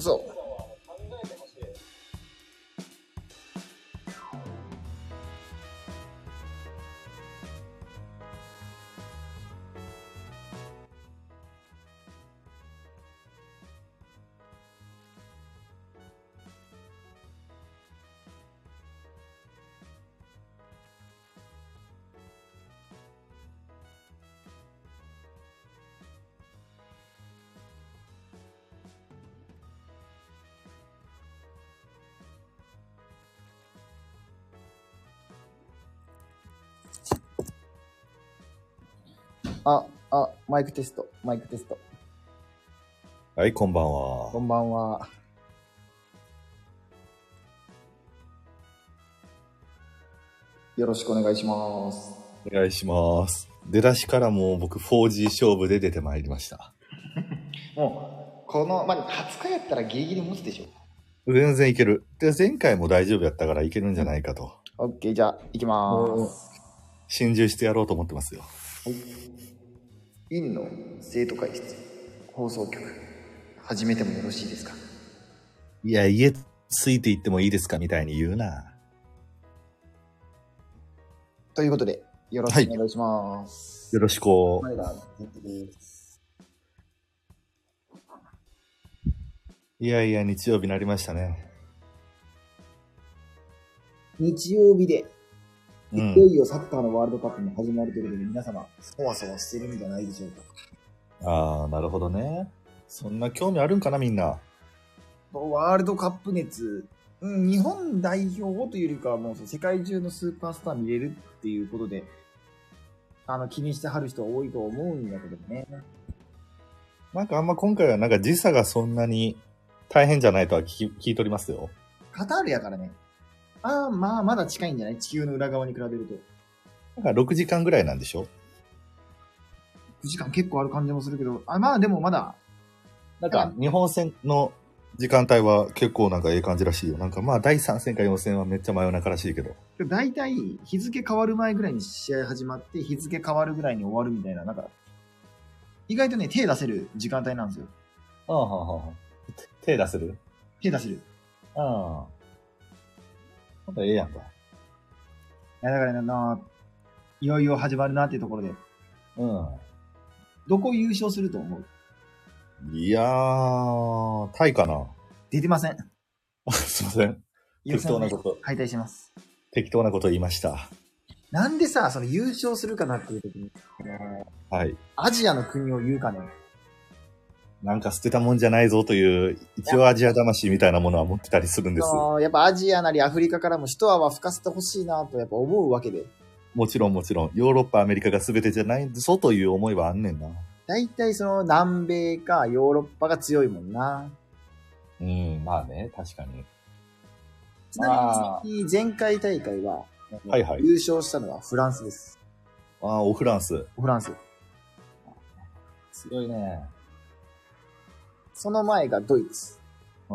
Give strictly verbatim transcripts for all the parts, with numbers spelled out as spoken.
そう。あ、あ、マイクテスト、マイクテスト。 はい、こんばんこは。 んばんは。よろしくお願いします。 お願いします。出だしからもう僕 フォージー 勝負で出てまいりました。 もう、この、まあ、はつかやったらギリギリ持つでしょ。 全然いける。で、前回も大丈夫やったからいけるんじゃないかと。 オッケー、じゃあ、行きまーす。 心中してやろうと思ってますよ。 はい。院の生徒会室、放送局、始めてもよろしいですか？ いや、家ついていってもいいですかみたいに言うな。 ということで、よろしくお願いします。 よろしく。 前田前提です。 いやいや、日曜日になりましたね。 日曜日で、 ういよん。 いよサッカーのワールドカップも始まるということで、皆様、そわそわしてるんじゃないでしょうか。 ああ、なるほどね。そんな興味あるんかな、みんな。 ワールドカップ熱、うん、日本代表というよりかはもう世界中のスーパースター見れるっていうことで、あの気にしてはる人は多いと思うんだけどね。 なんかあんま今回はなんか時差がそんなに大変じゃないとは聞き聞いておりますよ。 カタールやからね。ああ、まあまだ近いんじゃない？地球の裏側に比べると。 なんかろくじかんぐらいなんでしょ？ くじかん結構ある感じもするけど、あまあでもまだ、 なんか日本戦の時間帯は結構なんかええ感じらしいよ。なんかまあだいさん戦かよん戦はめっちゃ真夜中らしいけど。 だいたい日付変わる前ぐらいに試合始まって、日付変わるぐらいに終わるみたいな、なんか、意外とね、手出せる時間帯なんですよ。 ああ、はあ、はあ。手出せる？ 手出せる。 ああ。なんかええやんか。 いやだからね、な、いよいよ始まるなっていうところで、 うどこ優勝すると思う？ ん。いやー、タイかな。 出てません。 すいません。適当なこと、 敗退します。 適当なこと言いました。 なんでさ、その優勝するかなっていう時に、 はい。 アジアの国を言うかね。 なんか捨てたもんじゃないぞという、一応アジア魂みたいなものは持ってたりするんです。 やっぱアジアなりアフリカからも一泡吹かせてほしいなとやっぱ思うわけで。 もちろんもちろん、ヨーロッパ、アメリカが全てじゃないぞという思いはあんねんな。 大体その南米かヨーロッパが強いもんな。 うん、まあね、確かに。 ちなみに前回大会は、 はいはい、 優勝したのはフランスです。 ああ、オフランス。 オフランス。 強いね。 その前がドイツ。 うん、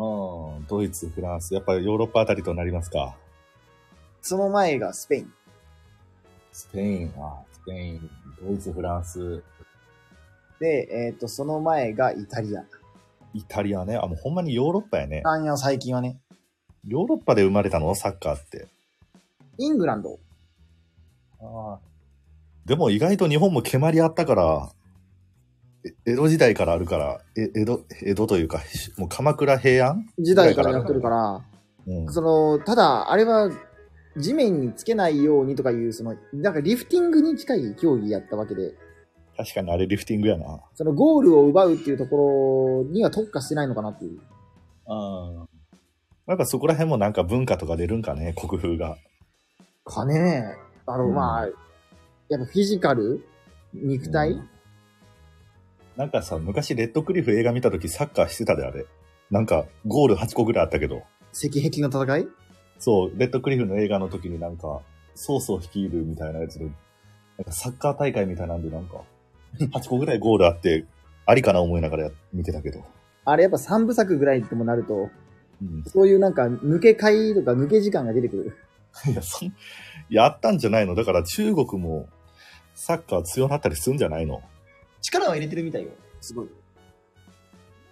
ドイツ、フランス。やっぱりヨーロッパあたりとなりますか。 その前がスペイン。 スペイン、あスペイン、ドイツ、フランス。 で、えっと、その前がイタリア。 イタリアね。あ、もうほんまにヨーロッパやね。 あんや、最近はね。 ヨーロッパで生まれたのサッカーって。 イングランド。 ああ。でも意外と日本も蹴鞠あったから、江戸時代からあるから、え江戸、江戸というか、もう鎌倉平安時代からやってるから、うん、その、ただ、あれは、地面につけないようにとかいう、その、なんかリフティングに近い競技やったわけで。 確かにあれリフティングやな。 そのゴールを奪うっていうところには特化してないのかなっていう。 ああ。なんかそこら辺もなんか文化とか出るんかね、国風が。 かねえ。あの、うん、まあ、やっぱフィジカル肉体、うん、 なんかさ、昔レッドクリフ映画見たときサッカーしてたであれ。なんかゴールはちこぐらいあったけど。 石壁の戦い？ そう、レッドクリフの映画の時になんか、ソースを率いるみたいなやつで、なんかサッカー大会みたいなんでなんか、はちこぐらいゴールあって、ありかな思いながら見てたけど。 あれやっぱさんぶさくぐらいともなると、うん、そういうなんか抜け会とか抜け時間が出てくる。 いや、そん、やったんじゃないの？だから中国もサッカー強なったりするんじゃないの？ 力は入れてるみたいよ。すごい。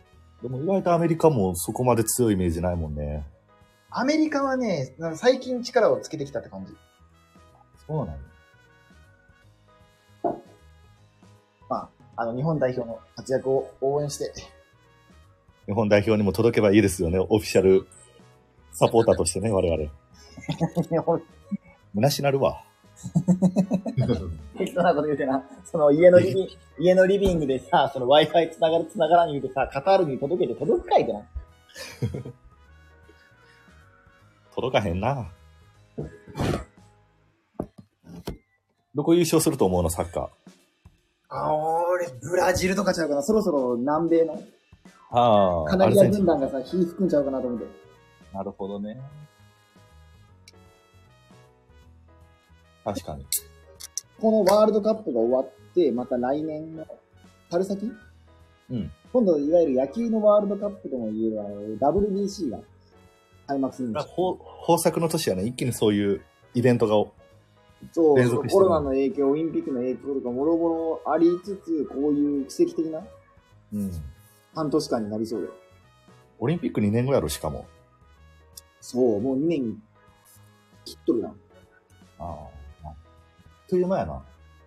でも意外とアメリカもそこまで強いイメージないもんね。 アメリカはね、なんか最近力をつけてきたって感じ。 そうなの。 まあ、あの、日本代表の活躍を応援して。 日本代表にも届けばいいですよね。オフィシャルサポーターとしてね、我々。むなしなるわ。 適当なこと言うてな、その家のリビング、家のリビングでさ、その Wi-Fi 繋がる繋がらん言うてさ、カタールに届けて届くかいってな。 届かへんな。どこ優勝すると思うの、サッカー。 あ、俺、ブラジルとかちゃうかな。そろそろ南米の。 ああ。 カナリア軍団がさ、火吹くんちゃうかなと思って。 なるほどね。確かに。 このワールドカップが終わって、また来年の春先、 うん。 今度、いわゆる野球のワールドカップとも言えるあの ダブリュービーシー が開幕するんですよ。豊作の年はね、一気にそういうイベントがそう、コロナの影響、オリンピックの影響とか、もろもろありつつ、こういう奇跡的な、うん、半年間になりそうで。 オリンピックにねんごやろ、しかも。 そう、もうにねん切っとるな。 ああ。という間やな。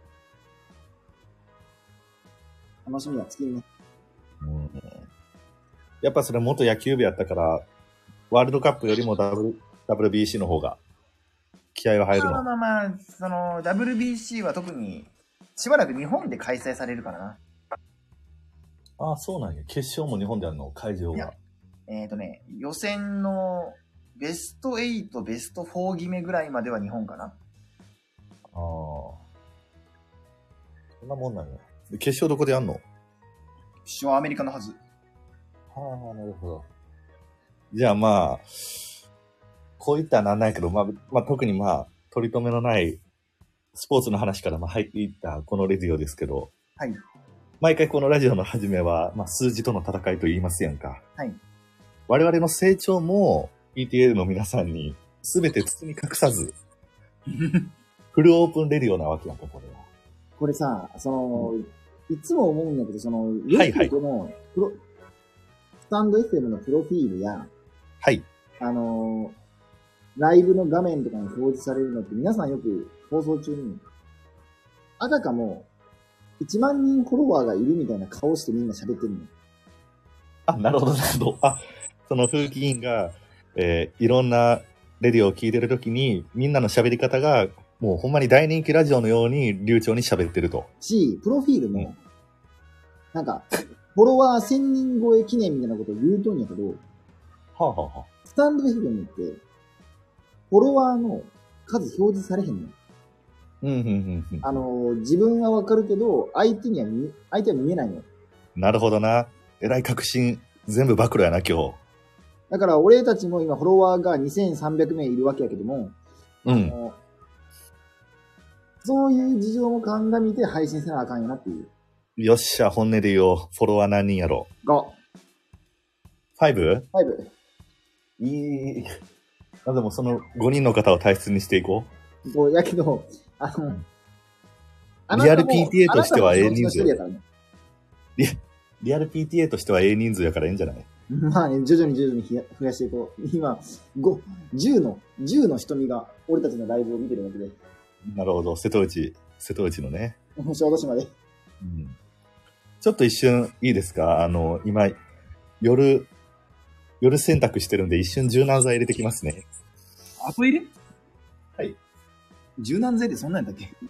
楽しみは尽きるね。 うん。やっぱそれ元野球部やったから、ワールドカップよりも ダブリュー、ダブリュービーシー の方が気合は入るの。 まあまあまあ、その ダブリュービーシー は特にしばらく日本で開催されるからな。 ああ、そうなんや。決勝も日本でやるの、会場が。 えっ、ー、とね、予選のベストはち、ベストよん決めぐらいまでは日本かな。ああ。 そんなもんなんや。で、決勝どこでやんの？ 決勝はアメリカのはず。 はあ、なるほど。じゃあまあ、こう言ったらなんないけど、まあ、まあ特にまあ、取り留めのないスポーツの話からまあ入っていったこのレディオですけど、 はい。 毎回このラジオの始めは、まあ数字との戦いと言いますやんか。 はい。 我々の成長も ピーティーエル の皆さんに全て包み隠さず、フルオープンレディオなわけやんか、これは。これさ、その、いつも思うんだけど、その、はいはい。このプロ、スタンド エフエム のプロフィールや、はい。あの、ライブの画面とかに表示されるのって皆さんよく放送中に、あたかもいちまん人フォロワーがいるみたいな顔してみんな喋ってるの。あ、なるほど、なるほど。あ、その風紀委員が、えー、いろんなレディオを聞いてるときに、みんなの喋り方が、もうほんまに大人気ラジオのように流暢に喋ってると。し、プロフィールも、うん、なんか、フォロワーせんにん超え記念みたいなことを言うとんやけど、はあはあはあ、スタンド エフエム って、フォロワーの数表示されへんの。うん、うん、うん。あの、自分はわかるけど、相手には見、相手は見えないの。なるほどな。えらい確信、全部暴露やな、今日。だから俺たちも今フォロワーがにせんさんびゃくめいいるわけやけども、うん。そういう事情も鑑みて配信せなあかんよなっていう。よっしゃ、本音で言おう。フォロワー何人やろ ?ご。ファイブ？ ファイブ。いい。あ、でもそのごにんの方を大切にしていこう。こう、やけど、あの、あリアル ピーティーエー としては A 人数。ね、リ, リアル ピーティーエー としては A 人数やからいいんじゃない？まあね、徐々に徐々に増やしていこう。今、ご、じゅうの、じゅうの瞳が俺たちのライブを見てるわけで。なるほど。瀬戸内、瀬戸内のね。小豆島で。うん。ちょっと一瞬いいですか？あの、今、夜、夜洗濯してるんで一瞬柔軟剤入れてきますね。後入れ？はい。柔軟剤ってそんなんだっけ？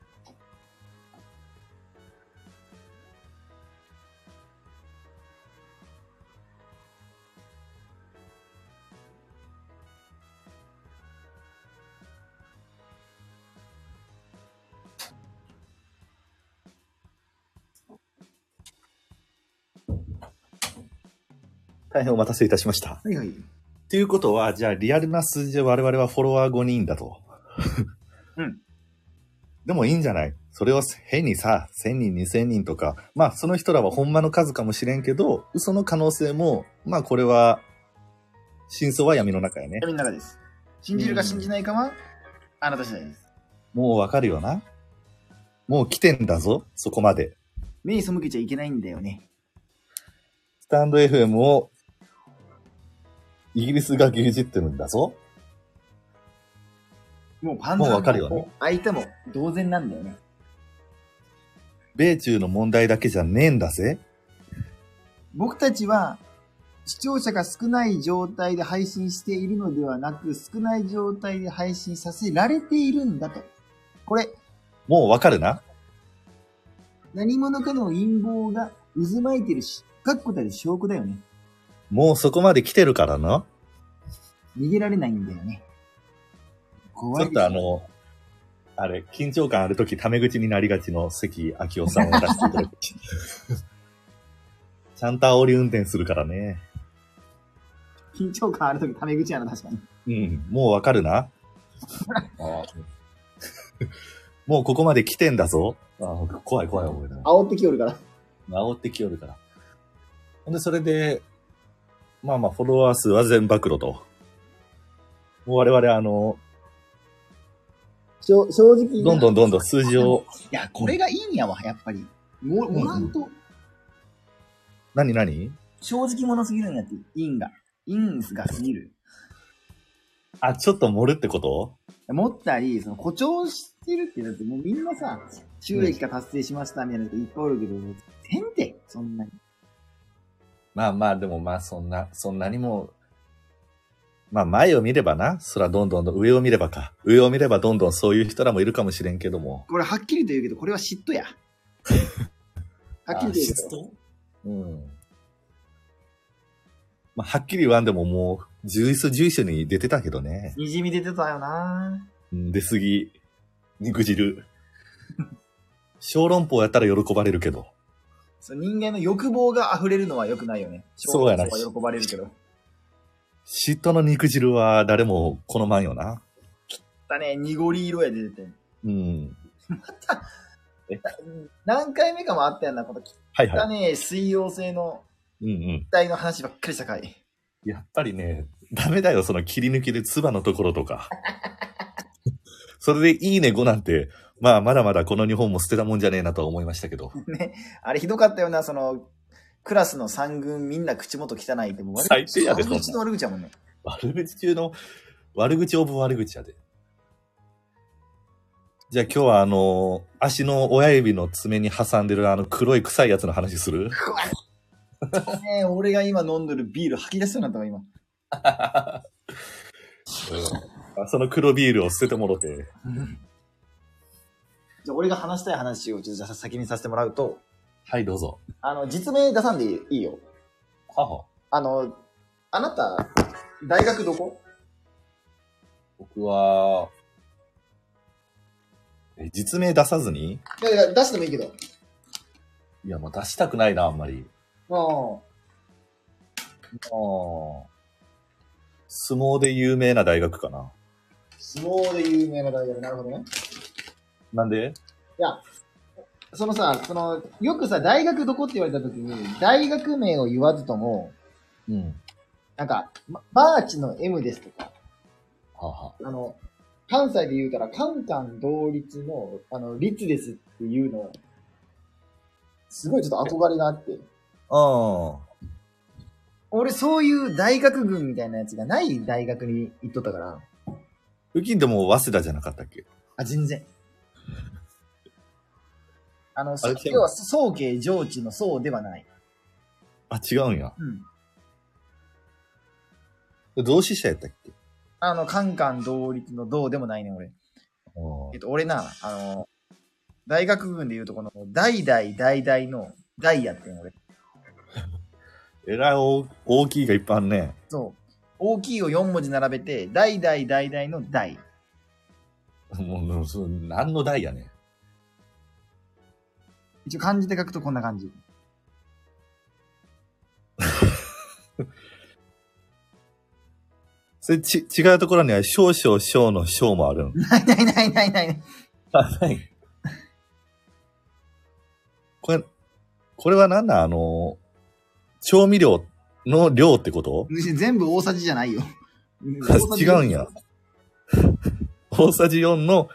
大変お待たせいたしました。はいはい。ということは、じゃあリアルな数字で我々はフォロワーごにんだと。うん。でもいいんじゃない？それを変にさ、せんにん、にせんにんとか、まあその人らはほんまの数かもしれんけど、嘘の可能性も、まあこれは、真相は闇の中やね。闇の中です。信じるか信じないかは、あなた次第です。もうわかるよな。もう来てんだぞ、そこまで。目に背けちゃいけないんだよね。 スタンド エフエム をイギリスが牛耳ってるんだぞ。 もうパンダもうわかるよね。 相手も同然なんだよね。 米中の問題だけじゃねえんだぜ。 僕たちは視聴者が少ない状態で配信しているのではなく、少ない状態で配信させられているんだと。これ、 もうわかるな。 何者かの陰謀が渦巻いてるし、確固たる証拠だよね。 もうそこまで来てるからな。 逃げられないんだよね。怖い。 ちょっとあの、あれ、緊張感あるときタメ口になりがちの関明夫さんを出していただく。ちゃんと煽り運転するからね。 緊張感あるときタメ口やな、確かに。 うん、もうわかるな。もうここまで来てんだぞ。あ怖い怖い思いな。 煽ってきよるから。 煽ってきよるから。ほんで、それで、まあまあ、フォロワー数は全暴露と。もう我々あの、 正正直。 どんどんどんどん数字を。 いや、これがいいんやわ、やっぱり。も、もらんと。 何何正直者すぎるんやって、因が。因がすぎる。 あ、ちょっと盛るってこと？ 持ったり、その誇張してるって、だってもうみんなさ、収益化達成しましたみたいな人いっぱいおるけど、てんて、そんなに。 まあまあ、でもまあそんな、そんなにも、まあ前を見ればな、そらどんどんどん上を見ればか。上を見ればどんどんそういう人らもいるかもしれんけども。 これはっきりと言うけど、これは嫉妬や。はっきりと言うけど。 うん。まあはっきり言わんでももう、ジュイスジュイスに出てたけどね。 にじみ出てたよな。 うん、出過ぎ、肉汁。小籠包やったら喜ばれるけど。 そう人間の欲望が溢れるのは良くないよね。 そうやな。 喜ばれるけど。 嫉妬の肉汁は誰も好まんよな。 だね、濁り色やで出て。 うん。 また、何回目かもあったようなこと。 はいはい。 だね、水溶性のうんうん。 一体の話ばっかりしたかい。 やっぱりね、ダメだよ、その切り抜きで唾のところとか。それでいいねごなんて、まあまだまだこの日本も捨てたもんじゃねえなとは思いましたけど。 ね、あれひどかったよな、その、クラスの三軍みんな口元汚いってもう最低やで、 悪口の悪口やもんね。 悪口中の悪口オブ悪口やで。じゃあ今日はあの、足の親指の爪に挟んでるあの黒い臭いやつの話する？ ねえ、俺が今飲んでるビール吐き出しそうになったわ、今。 うん、その黒ビールを捨ててもろて。 じゃあ俺が話したい話をちょっとじゃあ先にさせてもらうと。 はい、どうぞ。 あの、実名出さんでいいよ。 はは。 あの、あなた、大学どこ？ 僕は、え、実名出さずに？ いやいや、出してもいいけど。 いや、もう出したくないな、あんまり。 ああ。 ああ。相撲で有名な大学かな。 相撲で有名な大学、なるほどね。 なんで？ いや、そのさ、その、よくさ、大学どこって言われたときに、大学名を言わずとも、 うん。 なんか、まマーチの M ですとか、 はは。 あの、関西で言うたら、カンカン同率の、あの、率ですっていうの、すごいちょっと憧れがあって。 ああ。 俺そういう大学群みたいなやつがない大学に行っとったから。 ウキンでも早稲田じゃなかったっけ？ あ、全然。あの、 あれ要は、早慶上智の早ではない。 あ、違うんや。 うん。 同志社やったっけ？ あの、カンカン同率の同でもないね、俺。えっと、俺な、あの、大学群で言うとこの、代々代々の代やってん、俺。 えらい大大きいがいっぱいあるね。 そう。大きいをよん文字並べて、代々代々の代。 もう、そう何の代やね。 一応漢字で書くとこんな感じ。 それち、違うところには少々少の少もあるん。 ないないないないない。 あ、ない。これ、これはなんだあの、調味料の量ってこと？ 全部大さじじゃないよ。 違うんや。大さじよんの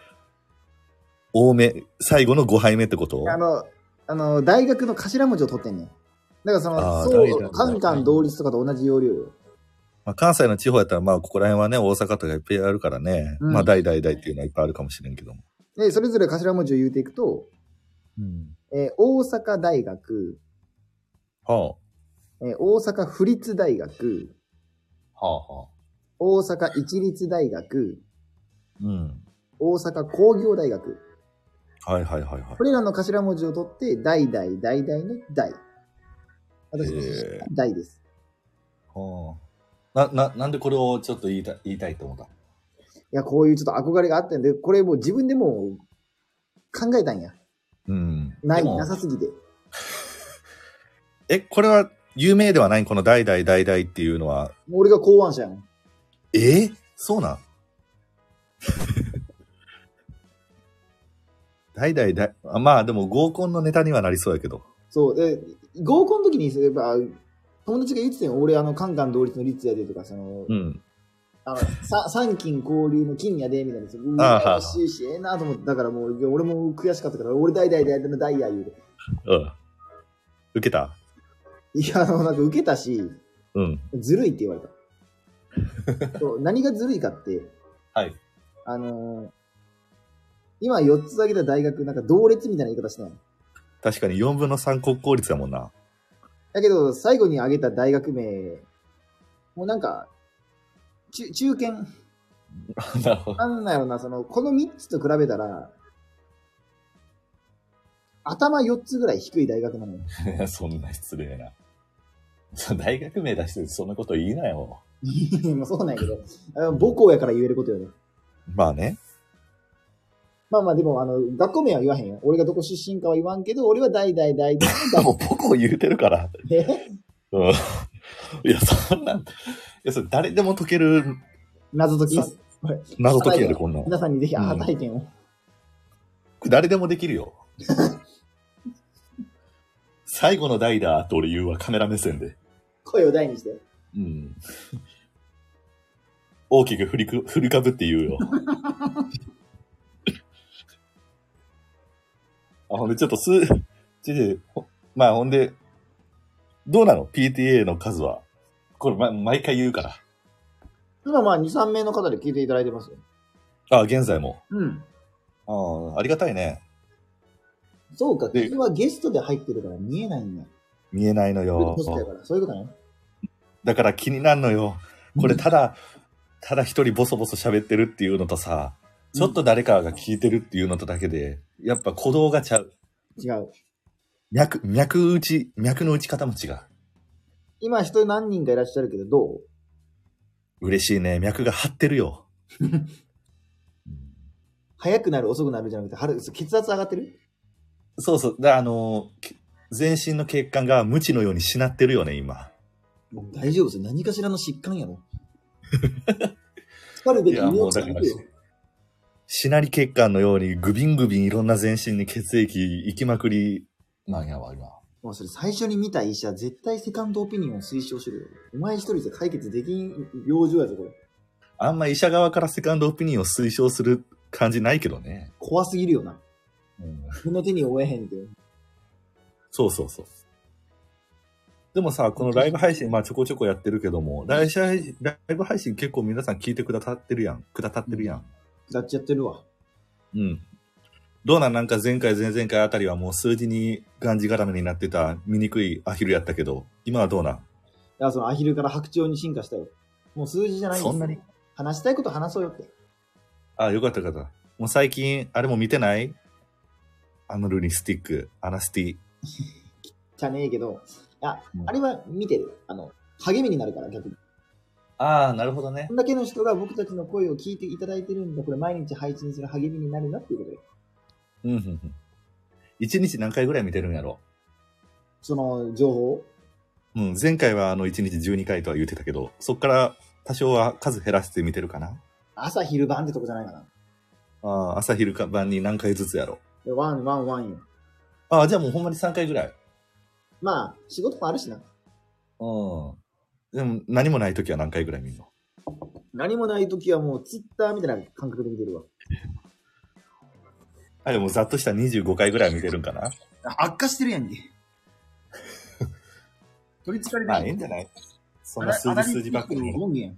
多め、最後のごはいめってこと？ あの、あの、大学の頭文字を取ってんねん。 だからその、 あーそ代々 う、カンカン同率とかと同じ容量よ。 まあ、関西の地方やったら、まあ、ここら辺はね、大阪とかいっぱいあるからね。 うんまあ、大々大っていうのはいっぱいあるかもしれんけども。 で、それぞれ頭文字を言うていくと、 うん。 えー大阪大学、 はえー大阪府立大学、 あ。はあはあ。 大阪市立大学、 うん。 大阪工業大学。 はいはいはいはいこ。れらの頭文字を取って、代々代々の代。私のへー代です。 はあ。な、な、なんでこれをちょっと言いたい、言いたいと思った？ いや、こういうちょっと憧れがあったんで、これもう自分でも考えたんや。 うん。 ない、 でもなさすぎて。 え、これは有名ではないこの代々代々っていうのは。 もう俺が考案者やもん。 えーそうなん代々代、あまあでも合コンのネタにはなりそうやけど。 そう。で、合コンの時にすれば、友達が言ってたよ。俺、あの、カンカン同率の率やでとか、その、 うん。 あの、さ三金交流の金やで、みたいな。うああわ、欲しいし、ええなと思って、だからもう、俺も悔しかったから、俺代々代々の代や言うて。 うん。受けた？ いや、あの、なんか受けたし、 うん。 ずるいって言われた。そう何がずるいかって、 はい。 あのー今よっつ挙げた大学、なんか同列みたいな言い方してない。 確かによんぶんのさん国公立やもんな。 だけど、最後に挙げた大学名、もうなんか、中、中堅、 なるほど。 なんだろうな、その、このみっつと比べたら、頭よっつぐらい低い大学なのよ。 そんな失礼な。大学名出してそんなこと言いなよ。 まあそうなんやけど、あの母校やから言えることよね。 まあね。 まあまあでも、あの、学校名は言わへんよ。俺がどこ出身かは言わんけど、俺は代々代々 もう僕を言うてるから。 えうん。いや、そんな、いや、それ誰でも解ける謎解きさ謎解きやで、こんなん。 皆さんにぜひ、あ、 うん体験を。 誰でもできるよ。最後の代だって俺言うわ、カメラ目線で。 声を大にして。 うん。大きく振りく、振りかぶって言うよ。あ、ほんで、ちょっとす、ちょほまあ、ほんで、どうなの ?ピーティーエー の数は。これ、ま、毎回言うから。 今まあに、さん名の方で聞いていただいてますよ。 あ、現在も。 うん。 ああ、ありがたいね。 そうか、 で君はゲストで入ってるから見えないんだ。 見えないのよホ。ストやから、そういうことね。 だから気になるのよ。これ、ただ、ただ一人ボソボソ喋ってるっていうのとさ、ちょっと誰かが聞いてるっていうのとだけで、やっぱ鼓動がちゃう。 違う。 脈、脈打ち、脈の打ち方も違う。 今人何人かいらっしゃるけど、どう嬉しいね。脈が張ってるよ。 早くなる、遅くなるじゃなくて、はる血圧上がってるそうそう。だあのー、全身の血管が無知のようにしなってるよね、今。 もう大丈夫ですよ。何かしらの疾患やろ。疲れていや、もうだから、しなり血管のようにグビングビンいろんな全身に血液行きまくりなんやわ、今。 もうそれ最初に見た医者、絶対セカンドオピニオンを推奨してるよ。お前一人じゃ解決できん病状やぞ、これ。 あんま医者側からセカンドオピニオンを推奨する感じないけどね。 怖すぎるよな。 うん、 この手に負えへんって。 そうそうそう。でもさ、このライブ配信、まあちょこちょこやってるけども、ライブライブ配信結構皆さん聞いてくださってるやん。くださってるやん。 やっちゃってるわ。 うん。どうなんなんか前回、前々回あたりはもう数字にがんじがらめになってた醜いアヒルやったけど、今はどうなん？ いや、そのアヒルから白鳥に進化したよ。もう数字じゃないんですよ。 そんなに？ 話したいこと話そうよって。 あ、よかったよかった。もう最近、あれも見てない？アムルニスティック、アナスティ。 じゃねえけど、いや、 うんあれは見てる。あの、励みになるから逆に。 ああ、なるほどねこ。んだけの人が僕たちの声を聞いていただいてるんだ。これ毎日配信する励みになるなっていうことで。 うん、うん、うん。一日何回ぐらい見てるんやろ？ その情報うん、前回はあの一日じゅうにかいとは言ってたけど、そっから多少は数減らして見てるかな？ 朝昼晩ってとこじゃないかな。 ああ、朝昼か晩に何回ずつやろ？ でワンワンワンよ。 ああ、じゃあもうほんまにさんかいぐらい。 まあ、仕事もあるしな。 うん。でも何もないときは何回ぐらい見るの？ 何もないときはもうツイッターみたいな感覚で見てるわ。 あ、でもざっとしたにじゅうごかいぐらい見てるんかな？ 悪化してるやんけ。 取り憑かれまあ、 ない。 いいんじゃない？そんな数字数字ばっかり。 門限。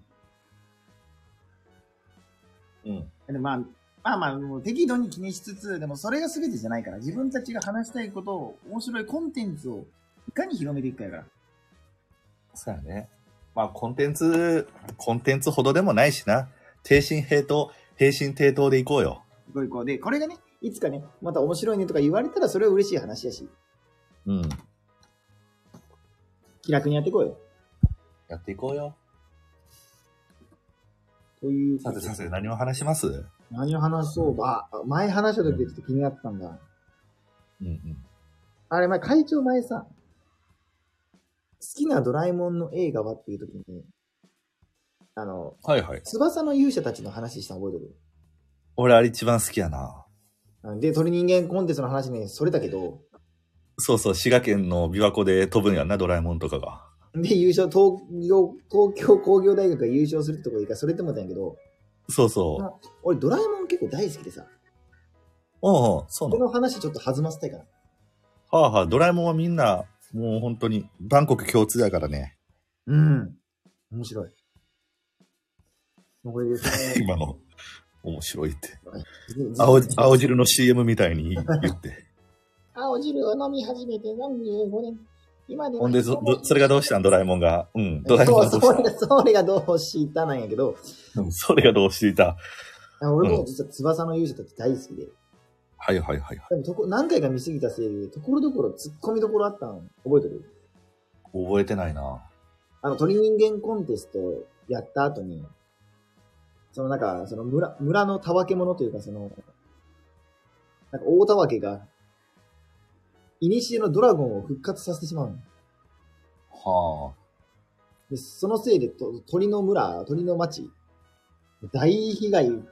うん。 でまあ、まあまあ、もう適度に気にしつつ、でもそれが全てじゃないから、自分たちが話したいことを、面白いコンテンツをいかに広めていくかやから。 そうやね。まあ、コンテンツ、コンテンツほどでもないしな。低心平等、平心低等でいこうよ。 いこういこう。で、これがね、いつかね、また面白いねとか言われたらそれは嬉しい話やし。 うん。 気楽にやっていこうよ。 やっていこうよ。 という。 さてさて、何を話します？ 何を話そうか。あ、前話した時でちょっと気になったんだ。 うんうん。 あれ、前、会長前さ、好きなドラえもんの映画はっていう時に、あの、 はいはい。 翼の勇者たちの話したの覚えてる？ 俺、あれ一番好きやな。 で、鳥人間コンテンツの話ね、それだけど、 そうそう、滋賀県の琵琶湖で飛ぶんやんな、ドラえもんとかが。 で、優勝、東京、東京工業大学が優勝するってとこでいいから、それって思ったんやけど、 そうそう。 俺、ドラえもん結構大好きでさ、 おう、そうなの。 この話ちょっと弾ませたいから。 はあはあ、ドラえもんはみんな、もう本当に、万国共通だからね。 うん。面白い。これですね。 今の、面白いって。青青汁の シーエム みたいに言って。 青汁を飲み始めてよんじゅうごねん。今でほんでそ、それがどうしたんドラえもんが。うん、ドラえもんがどうしたそれが、それがどうしたなんやけど。 うん、それがどうしていた。 俺も実は翼の勇者たち大好きで。 はいはいはい。 でもとこ何回か見すぎたせいで、ところどころ突っ込みどころあったの覚えてる？ 覚えてないな。 あの、鳥人間コンテストやった後に、そのなんか、その村、村のたわけ者というか、その、なんか大たわけが、いにしえのドラゴンを復活させてしまうの。 はあ。 で、そのせいでと鳥の村、鳥の町、大被害を被って。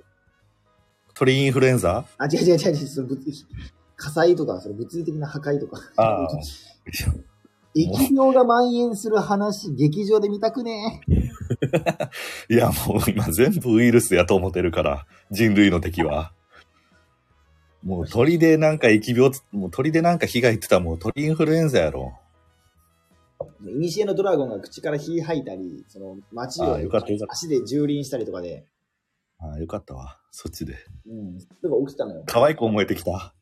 鳥インフルエンザ？ あ、違う違う違う違う、その物火災とか、その物理的な破壊とか。 ああ。 疫病が蔓延する話、劇場で見たくねえ。いや、もう今全部ウイルスやと思ってるから、人類の敵は。もう鳥でなんか疫病、もう鳥でなんか被害って言ったらもう鳥インフルエンザやろ。 いにしえのドラゴンが口から火吐いたり、その街を足で蹂躙したりとかで。 ああ、よかったわ。そっちで。 うん。とか起きたのよ。 可愛く思えてきた。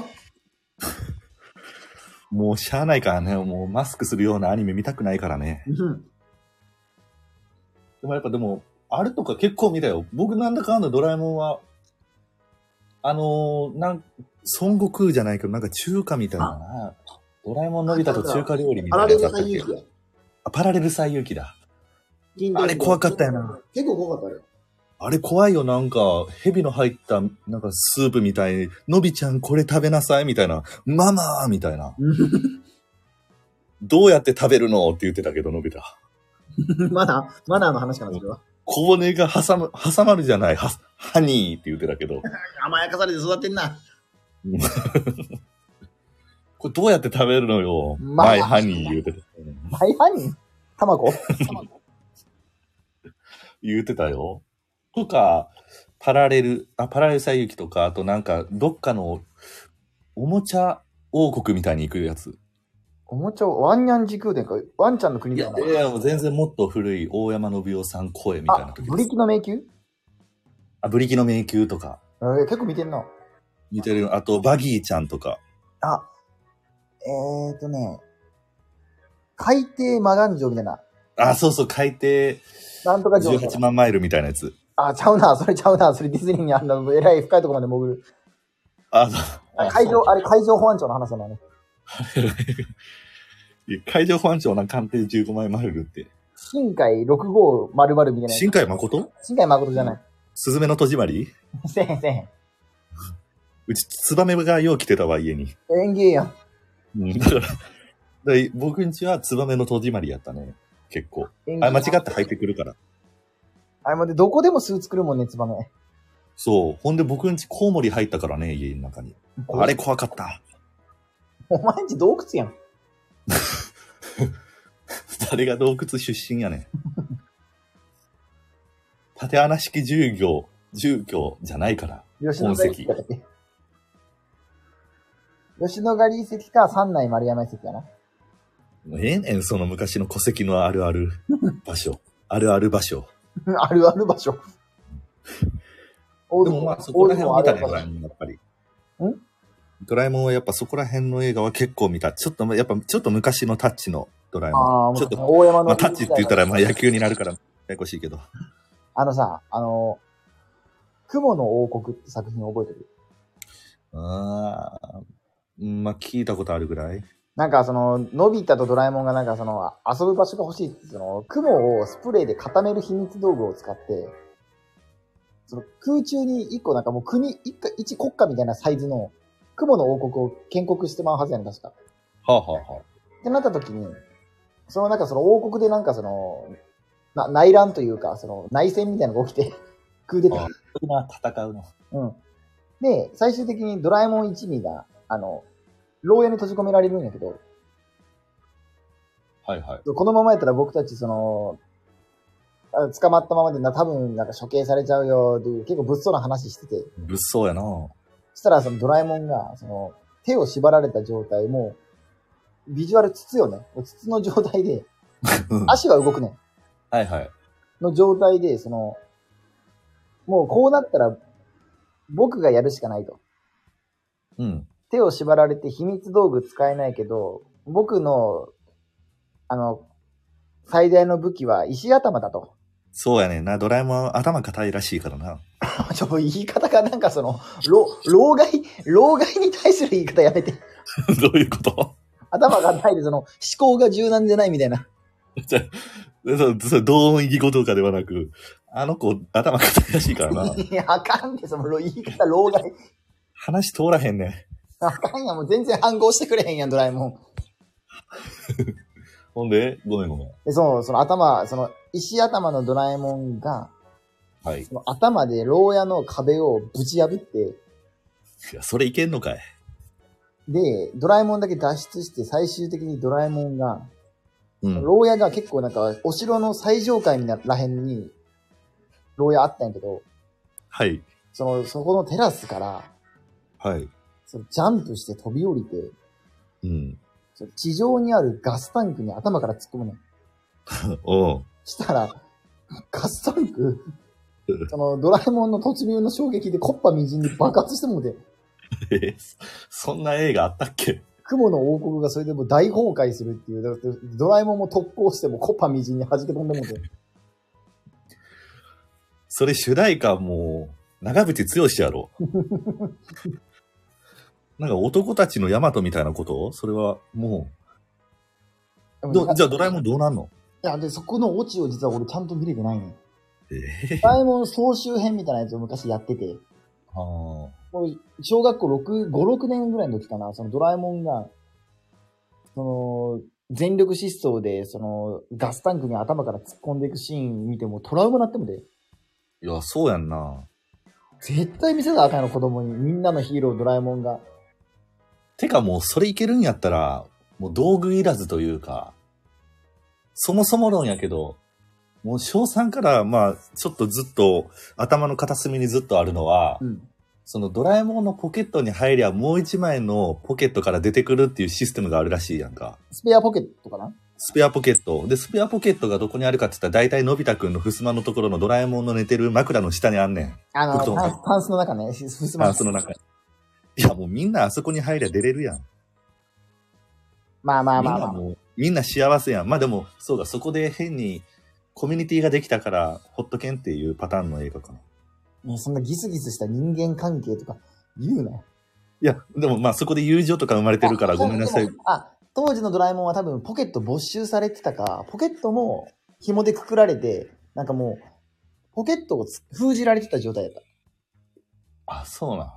もうしゃあないからね。もうマスクするようなアニメ見たくないからね。 うん。 でもやっぱでも、あれとか結構見たよ。僕なんだかんだドラえもんは、あのー、なん、孫悟空じゃないけど、なんか中華みたいなな。ドラえもんのび太と中華料理みたいなやつだったっけ？あ、パラレル最遊記だ。あれ怖かったよな。 結構怖かったあれ。 あれ怖いよ、なんか、蛇の入った、なんかスープみたいに、のびちゃんこれ食べなさいみたいな、ママーみたいな。どうやって食べるのって言ってたけど、のび太。 マナーマナーの話かな、それは。 小骨が挟む、挟まるじゃない、は、ハニーって言ってたけど。 甘やかされて育ってんな。 これどうやって食べるのよ。マイハニー言うてた。 マイハニー卵言うてたよ。とか、パラレル、あ、パラレル最遊記とか、あとなんか、どっかの、おもちゃ王国みたいに行くやつ。 おもちゃ、ワンニャン時空伝か、ワンちゃんの国だよな。いや、いや、もう全然もっと古い大山信夫さん声みたいな時です。 ブリキの迷宮？ あ、ブリキの迷宮とか。 えー、結構見てんな。 見てる。あと、バギーちゃんとか。 あ、えーとね、海底魔岩城みたいな。 あ、そうそう、海底、 なんとか城。 じゅうはちまんマイルみたいなやつ。 あ、ちゃうな、それちゃうな、それディズニーにあんな、えらい深いところまで潜る。 あ、そう。 あ海上、あれ海上保安庁の話だね。 海上保安庁な艦艇じゅうごまんマイルって。 深海ろくごまるまるみたいな。 深海誠？ 深海誠じゃない。 スズメの戸締まり？ せえへんせえへん。 うち、ツバメがよう来てたわ、家に。 園芸やん。 うん、だから、だから僕んちはツバメの戸締まりやったね。結構。あ、間違って入ってくるから。 あれまでどこでも巣作るもんね、ツバメ。 そう。ほんで僕んちコウモリ入ったからね、家の中に。あれ怖かった。 お前んち洞窟やん。 誰が洞窟出身やねん。縦穴式住居、住居じゃないから。 吉野ヶ里遺跡。吉野ヶ里遺跡か三内丸山遺跡やな。 ええねん、その昔の戸籍のあるある場所。あるある場所。 あるある場所。 でもまあそこら辺は見たね、ドラえもんやっぱり。 んドラえもんはやっぱそこら辺の映画は結構見た。ちょっと、やっぱちょっと昔のタッチのドラえもん。 ああ、 ちょっと、 大山の、 まあタッチって言ったらまあ野球になるからややこしいけど。 あのさ、あの、雲の王国って作品覚えてる？ ああ、まあ聞いたことあるぐらい。 なんかその、のび太とドラえもんがなんかその、遊ぶ場所が欲しいって、その、雲をスプレーで固める秘密道具を使って、その空中に一個なんかもう国、一か一国家みたいなサイズの雲の王国を建国してまうはずやねん、確か。 はあ、はあはあ、 ってなった時に、そのなんかその王国でなんかその、な内乱というか、その内戦みたいなのが起きて、クーデター。 今戦うの。 うん。で、最終的にドラえもん一味が、あの、牢屋に閉じ込められるんやけど、 はいはい。 このままやったら僕たちその、あ捕まったままでな、多分なんか処刑されちゃうよっていう結構物騒な話してて、 物騒やな。 そしたらそのドラえもんが、その、手を縛られた状態、もう、ビジュアル筒よね。筒の状態で、足は動くね。 はいはい。 の状態で、その、もうこうなったら、僕がやるしかないと。 うん。 手を縛られて秘密道具使えないけど、僕の、あの、最大の武器は石頭だと。 そうやねんな。ドラえもんは頭固いらしいからな。 ちょ、言い方がなんかその、老、老害、老害に対する言い方やめて。 どういうこと？ 頭がないで、その、思考が柔軟じゃないみたいな。 じゃそそ同音異義語とかではなく、あの子頭固いらしいからな。 いや、あかんで、その言い方、老害。 話通らへんねん。 あかんやん、もう全然反抗してくれへんやん、ドラえもん。 ほんで、ごめんごめん。 で、そう、その頭、その、石頭のドラえもんが、 はい。いその頭で牢屋の壁をぶち破って、 や、それいけんのかい。 で、ドラえもんだけ脱出して、最終的にドラえもんが、 うん。 牢屋が結構なんか、お城の最上階らへんに、牢屋あったんやけど、 はい。 その、そこのテラスから、 はい。 そのジャンプして飛び降りて、 うん。 その地上にあるガスタンクに頭から突っ込むねん。 おう。 したら、ガスタンク、そのドラえもんの突入の衝撃でコッパみじんに爆発してもうて、 え、そんな映画あったっけ？ 雲の王国がそれでもう大崩壊するっていう、だってドラえもんも特攻してもコッパみじんに弾け飛んでもうて。 それ主題歌もう、長渕剛やろ。なんか男たちのヤマトみたいなこと？それはもう。ど、じゃあドラえもんどうなんの？ いや、で、そこのオチを実は俺ちゃんと見れてないね。 えー、 ドラえもん総集編みたいなやつを昔やってて、 あもう小学校ろく、ご、ろくねんぐらいの時かな、そのドラえもんが、その、全力疾走で、その、ガスタンクに頭から突っ込んでいくシーン見てもトラウマなってもで。 いや、そうやんな。 絶対見せたらあかんの、子供に。みんなのヒーロー、ドラえもんが。 てかもうそれいけるんやったら、もう道具いらずというか、そもそも論やけど、もう小さんからまあ、ちょっとずっと頭の片隅にずっとあるのは、 うん。 そのドラえもんのポケットに入りゃもう一枚のポケットから出てくるっていうシステムがあるらしいやんか。 スペアポケットかな？ スペアポケット。で、スペアポケットがどこにあるかって言ったら大体のび太くんの襖のところのドラえもんの寝てる枕の下にあんねん。 あの、 布団タンタンスの中ね、ふすまタンスの中に。いやもうみんなあそこに入りゃ出れるやん。 まあまあまあまあ。 みんなもう、みんな幸せやん。まあでも、そうだ、そこで変にコミュニティができたから、ほっとけんっていうパターンの映画かな。 ね、そんなギスギスした人間関係とか言うなよ。 いや、でもまあそこで友情とか生まれてるからごめんなさい。 あ、当時のドラえもんは多分ポケット没収されてたか、ポケットも紐でくくられて、なんかもう、ポケットを封じられてた状態だった。 あ、そうな。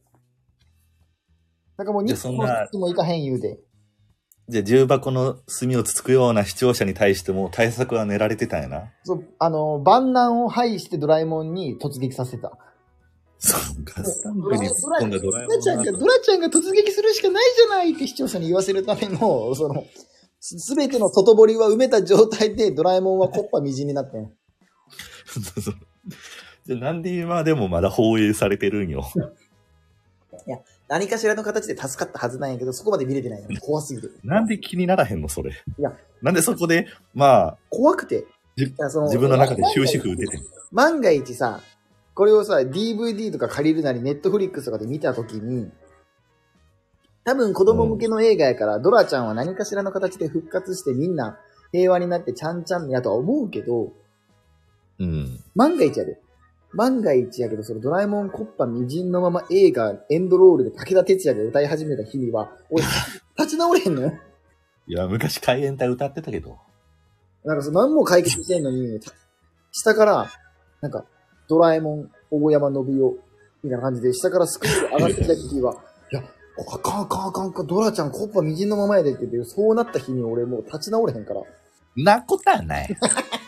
なんかもう日本ももいかへん言うて。 じゃあ重箱の隅をつつくような視聴者に対しても対策は練られてたんやな。 そう、あの、万難を排してドラえもんに突撃させた。 そう、ガスタンクに突っ込んだドラえもん。 ドラちゃんが、ドラちゃんが突撃するしかないじゃないって視聴者に言わせるための、その、すべての外堀は埋めた状態でドラえもんはコッパみじんになってん。 そうそう。じゃあなんで今でもまだ放映されてるんよ。 いや、 何かしらの形で助かったはずなんやけど、そこまで見れてないの。怖すぎて。 なんで気にならへんのそれ。 いや。 なんでそこで、まあ。 怖くて。 じ自分の中で終止符打ててる。 万が一さ、これをさ、ディーブイディー とか借りるなり、ネットフリックスとかで見たときに、多分子供向けの映画やから、うん、ドラちゃんは何かしらの形で復活してみんな平和になってちゃんちゃんやとは思うけど、 うん。 万が一やで。万が一やけど、そのドラえもんコッパみじんのまま映画エンドロールで武田鉄矢が歌い始めた日には、俺、立ち直れへんのよ。 いや、昔海援隊歌ってたけど。 なんかその何も解決してんのに、下から、なんか、ドラえもん、大山信代、みたいな感じで、下からスクール上がってきた時は、いや、あかんあかんあかんあかん、ドラちゃんコッパみじんのままやでって言って、そうなった日に俺もう立ち直れへんから。 なことはない。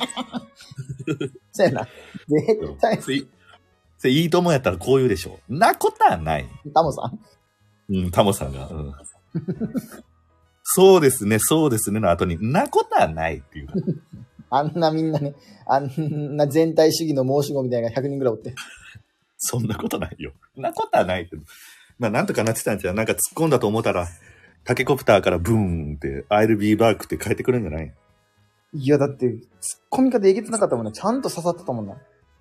そうやな。絶対。 それいいともやったらこう言うでしょ。なことはない。 タモさんうん、タモさんが。うん、そうですね、そうですねの後に、なことはないっていう。 あんなみんなね、あんな全体主義の申し子みたいなのがひゃくにんぐらいおって。 そんなことないよ。なことはないって。まあなんとかなってたんじゃん。なんか突っ込んだと思ったら、タケコプターからブーンって、I'll be back って帰ってくるんじゃない？ いやだって、突っ込み方えげつなかったもんね。ちゃんと刺さってたもんな。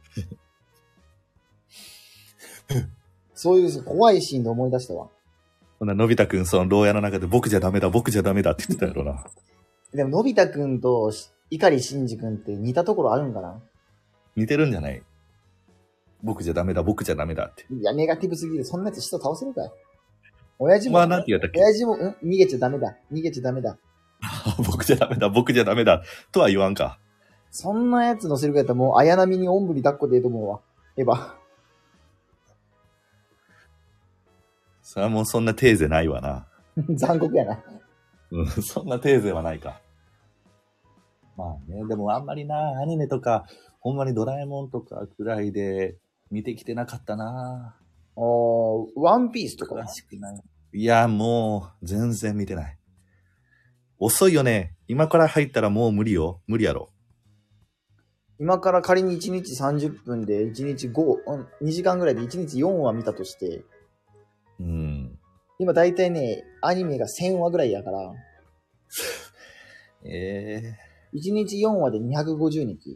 そういう怖いシーンで思い出したわ。 ほな、のび太くん、その牢屋の中で僕じゃダメだ、僕じゃダメだって言ってたやろな。 でも、のび太くんと碇シンジくんって似たところあるんかな？ 似てるんじゃない？僕じゃダメだ、僕じゃダメだって。 いや、ネガティブすぎる。そんなやつ人倒せるかい？親父も、 まあ、なんて言ったっけ？ 親父も、ん逃げちゃダメだ。逃げちゃダメだ。 僕じゃダメだ、僕じゃダメだ。とは言わんか。 そんなやつ乗せるかやったらもう、綾波におんぶに抱っこでええと思うわ。エヴァ。 それはもうそんなテーゼないわな。 残酷やな。 うん、そんなテーゼはないか。まあね、でもあんまりな、アニメとか、ほんまにドラえもんとかくらいで見てきてなかったな。 おー、ワンピースとか詳しくない。いや、もう、全然見てない。遅いよね。今から入ったらもう無理よ。無理やろ。 今から仮にいちにちさんじゅっぷんでいちにちご、にじかんぐらいでいちにちよんわ見たとして、 うん。 今だいたいね、アニメがせんわぐらいやから、 ええー。いちにちよんわでにひゃくごじゅうにち。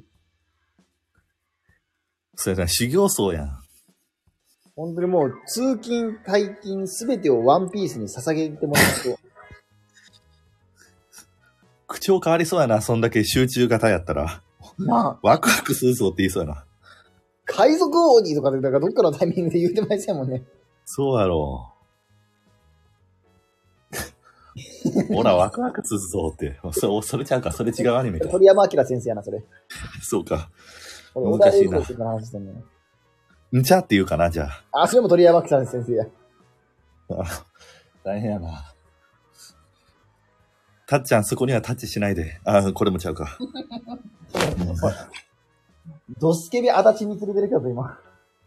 それだ、修行僧やん。 本当にもう、通勤、退勤、すべてをワンピースに捧げてもらうと。 口調変わりそうやな、そんだけ集中型やったら。 なあ。 ワクワクするぞって言いそうやな。 海賊王にとかで、だからどっかのタイミングで言うてませんもんね。 そうやろう。ほら、ワクワクするぞって。そ, それちゃうか、それ違うアニメか。 鳥山明先生やな、それ。 そうか。 俺、難しいな。小田栄光先生の話してんのよ。 んちゃって言うかな、じゃあ。 あ、それも鳥山明先生や。 大変やな。たっちゃん、そこにはタッチしないで。あ、これもちゃうか。 ドスケベ足立に連れてるけど、今。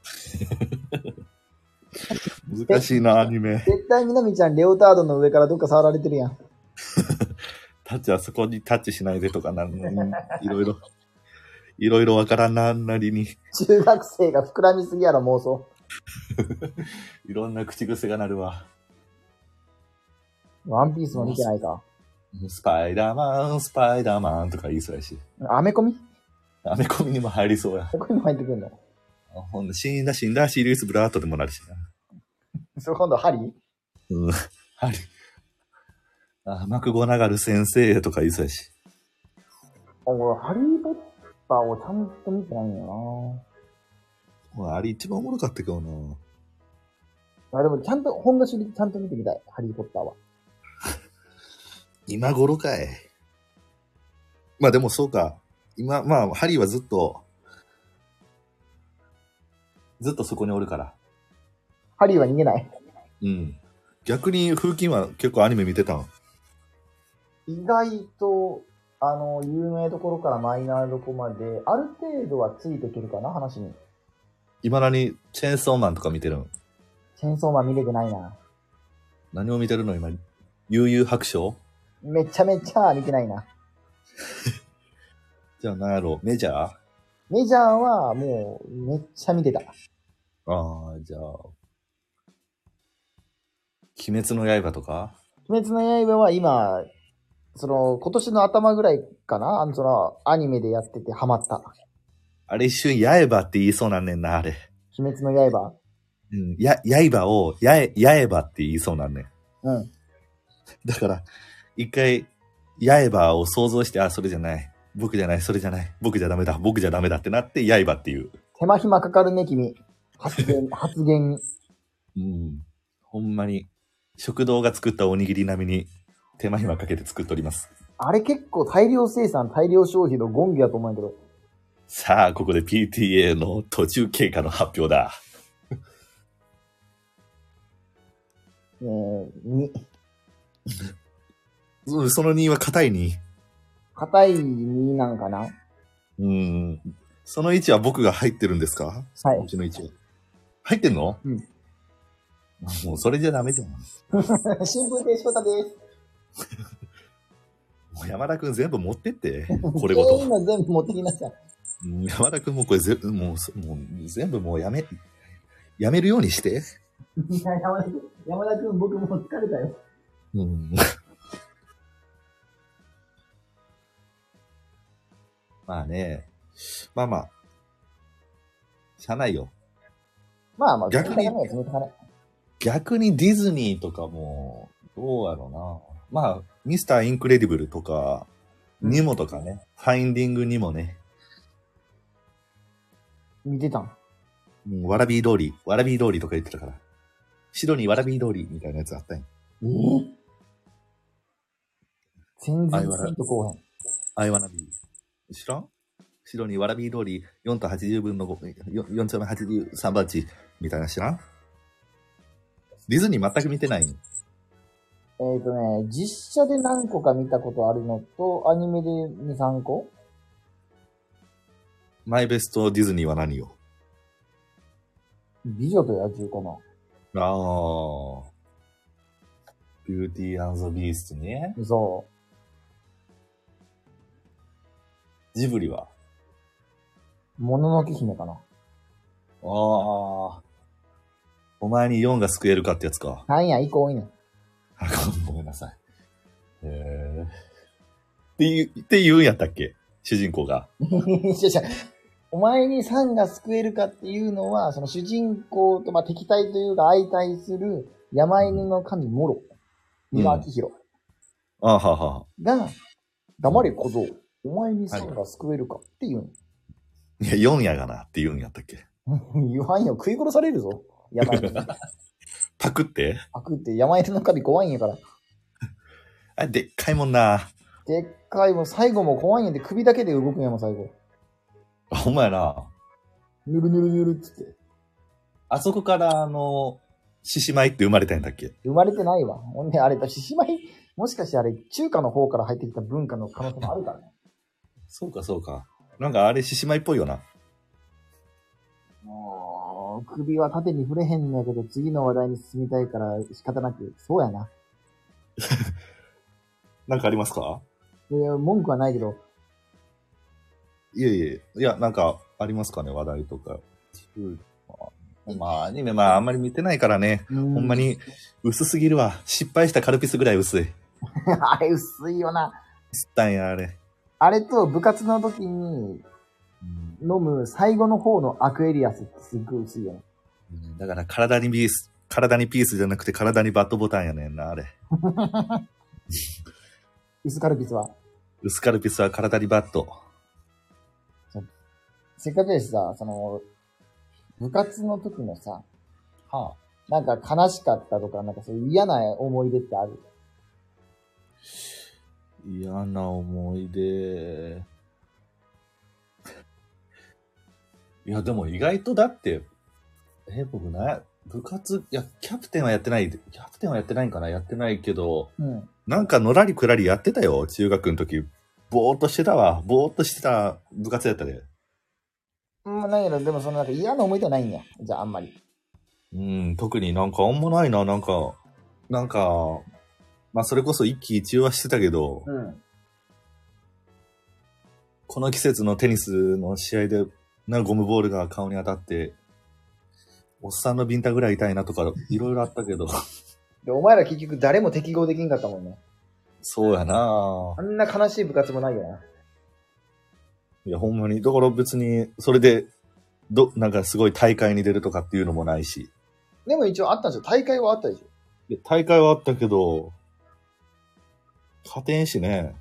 難しいな、アニメ。 絶対みなみちゃん、レオタードの上からどっか触られてるやん。 タッチはそこにタッチしないでとかなんの、いろいろ、いろいろわからんな、なりに。 中学生が膨らみすぎやろ、妄想。 いろんな口癖がなるわ。 ワンピースも見てないか。 スパイダーマン、スパイダーマンとか言いそうやし。 アメコミアメコミにも入りそうや。 ここにも入ってくるの。 ほんで、死んだ死んだシリウス・ブラートでもなるしな。 それ今度ハリーうん、ハリー。あ、マクゴナガル先生とか言いそうやし。 あ、俺、ハリー・ポッターをちゃんと見てないんよな。あれ一番おもろかったけどな。 あ、でもちゃんと、本田主義ちゃんと見てみたい。ハリー・ポッターは。 今頃かい。まあでもそうか。今、まあ、ハリーはずっと、ずっとそこにおるから。 ハリーは逃げない。 うん。逆に、風紀は結構アニメ見てたん？ 意外と、あの、有名どころからマイナーどこまで、ある程度はついていけるかな、話に。 今だに、チェーンソーマンとか見てるん？ チェーンソーマン見れてないな。 何を見てるの今？悠々白書？ めちゃめちゃ見てないな。 じゃあ何やろう、メジャー？ メジャーはもうめっちゃ見てた。 ああ、じゃあ。 鬼滅の刃とか鬼滅の刃は今、その、今年の頭ぐらいかなあの、その、アニメでやっててハマった。 あれ一瞬刃って言いそうなんねんな、あれ。 鬼滅の刃うん。や、刃を、やえ、刃って言いそうなんねん。 うん。 だから、一回、刃を想像して、あ、それじゃない。僕じゃない、それじゃない。僕じゃダメだ、僕じゃダメだってなって、刃っていう。 手間暇かかるね、君。発言、発言に。 うん。ほんまに、食堂が作ったおにぎり並みに、手間暇かけて作っております。 あれ結構大量生産、大量消費のゴンギだと思うんやけど。 さあ、ここで ピーティーエー の途中経過の発表だ。 えー、に。 そのには硬いに。 硬いになんかな。 うん。そのいちは僕が入ってるんですか？ はい。 うちのいちは。入ってんの？ うん。 もうそれじゃダメじゃん。 新聞停止コタです。 もう山田くん全部持ってって。これごと。 全部全部持ってきなさい。 山田くんもこれぜもう、もう全部もうやめ、やめるようにして。 いや、山田くん、山田くん僕もう疲れたよ。 うん。まあね。まあまあ。しゃあないよ。 まあまあ、 逆に、逆にディズニーとかも、どうやろうな。まあ、ミスターインクレディブルとか、ニモとかね、ファインディングニモね。 見てたん？ うん、わらび通り、わらび通りとか言ってたから。シドニーわらび通りみたいなやつあったんや。 えー、全然ピンとこうへん。 アイワナビー。知らん？シドニーわらび通りよんとはちじゅうぶんのご、よんちょうめはちじゅうさんばんちみたいな知らん？ディズニー全く見てない？ えっとね、実写で何個か見たことあるのと、アニメでに、さんこ？ マイベストディズニーは何よ？ 美女と野獣かな。 ああ。ビューティー&ザ・ビーストね。 そう。 ジブリは？ もののけ姫かな。ああ。お前によんが救えるかってやつか。 なんや、以降多いねん。 ごめんなさい。へえ。って言う、って言うんやったっけ？主人公が。 お前にさんが救えるかっていうのは、その主人公と、まあ、敵対というか相対する山犬の神モロ、三輪明宏、 うん、あははが、黙れ小僧、お前にさんが救えるかっていうの。 いや、よんやがなって言うんやったっけ？ 言わんよ、食い殺されるぞ。山犬。 パクってパクって山犬の神怖いんやから。 あ、でっかいもんな。 でっかいもん、最後も怖いんやで首だけで動くんやもん、最後。 あ、ほんまやな。 ぬるぬるぬるっつって。 あそこから、あの、獅子舞って生まれたんだっけ？ 生まれてないわ。ほんで、あれだ、獅子舞、もしかしてあれ、中華の方から入ってきた文化の可能性もあるからね。 そうか、そうか。なんかあれ獅子舞っぽいよな。 もう、首は縦に触れへんんやけど、次の話題に進みたいから仕方なく、そうやな。 なんかありますか？ いや、文句はないけど。 いえいえ、いや、なんかありますかね、話題とか。まあ、アニメ、まあ、あんまり見てないからね。ほんまに、薄すぎるわ。失敗したカルピスぐらい薄い。 あれ、薄いよな。 吸ったんや、あれ。 あれと部活の時に飲む最後の方のアクエリアスってすっごい薄いよね。 だから体にピース、体にピースじゃなくて体にバットボタンやねんな、あれ。 薄カルピスは薄カルピスは体にバット。 せっかくですさ、その、部活の時のさ、 はあ、 なんか悲しかったとか、なんかそういう嫌な思い出ってある？ 嫌な思い出。いや、でも意外とだって、え、僕な、部活、いや、キャプテンはやってない、キャプテンはやってないんかな？やってないけど、うん、なんかのらりくらりやってたよ、中学の時。ぼーっとしてたわ。ぼーっとしてた部活やったで。 うん、ないけど、でもそのなんか嫌な思い出はないんや。じゃああんまり。 うん、特になんかあんまないな、なんか、なんか、まあそれこそ一喜一憂はしてたけど、うん、この季節のテニスの試合で、な、ゴムボールが顔に当たって、おっさんのビンタぐらい痛いなとか、いろいろあったけど、 で、お前ら結局誰も適合できんかったもんね。 そうやなあんな悲しい部活もないよな。 いや、ほんまに。だから別に、それで、ど、なんかすごい大会に出るとかっていうのもないし。 でも一応あったんですよ。大会はあったでしょ。 で大会はあったけど、勝てんしね。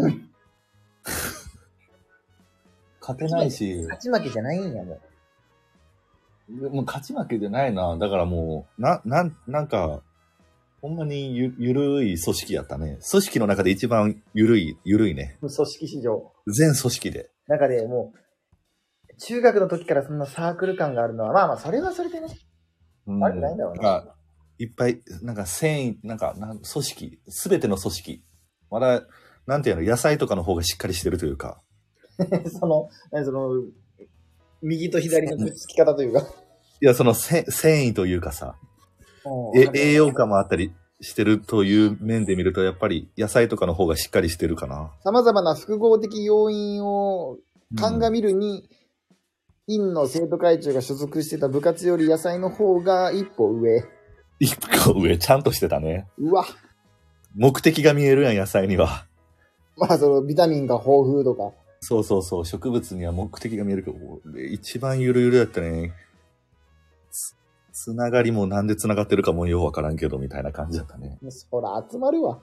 勝てないし。 勝ち負けじゃないんや、もでもう勝ち負けじゃないな。だからもう、な、なん、なんか、ほんまにゆ、ゆるい組織やったね。組織の中で一番ゆるい、ゆるいね。 う。組織史上。 全組織で。 中でもう、中学の時からそんなサークル感があるのは、まあまあ、それはそれでね。 うん、 悪くないんだろうな。 なんかいっぱい、なんか繊維、なんか、なん組織、すべての組織。まだ、なんていうの、野菜とかの方がしっかりしてるというか。 その、何その、右と左のくっつき方というか。 いや、そのせ繊維というかさ、え栄養価もあったりしてるという面で見ると、やっぱり野菜とかの方がしっかりしてるかな。 様々な複合的要因を鑑みるに、院の生徒会長が所属してた部活より野菜の方が一歩上。 一個上、ちゃんとしてたね。 うわ。 目的が見えるやん、野菜には。 まあ、その、ビタミンが豊富とか。 そうそうそう、植物には目的が見えるけど、一番ゆるゆるやったね。つ、つながりもなんでつながってるかもようわからんけど、みたいな感じだったね。 そら、集まるわ。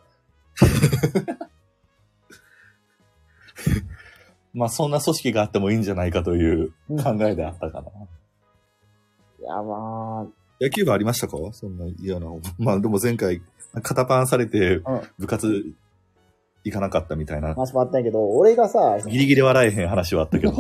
まあ、そんな組織があってもいいんじゃないかという考えであったかな。 いや、まあ。 野球部ありましたか？そんな嫌な。まあ、でも前回、肩パンされて、部活行かなかったみたいな。 話もあったんやけど、俺がさ、 ギリギリ笑えへん話はあったけど。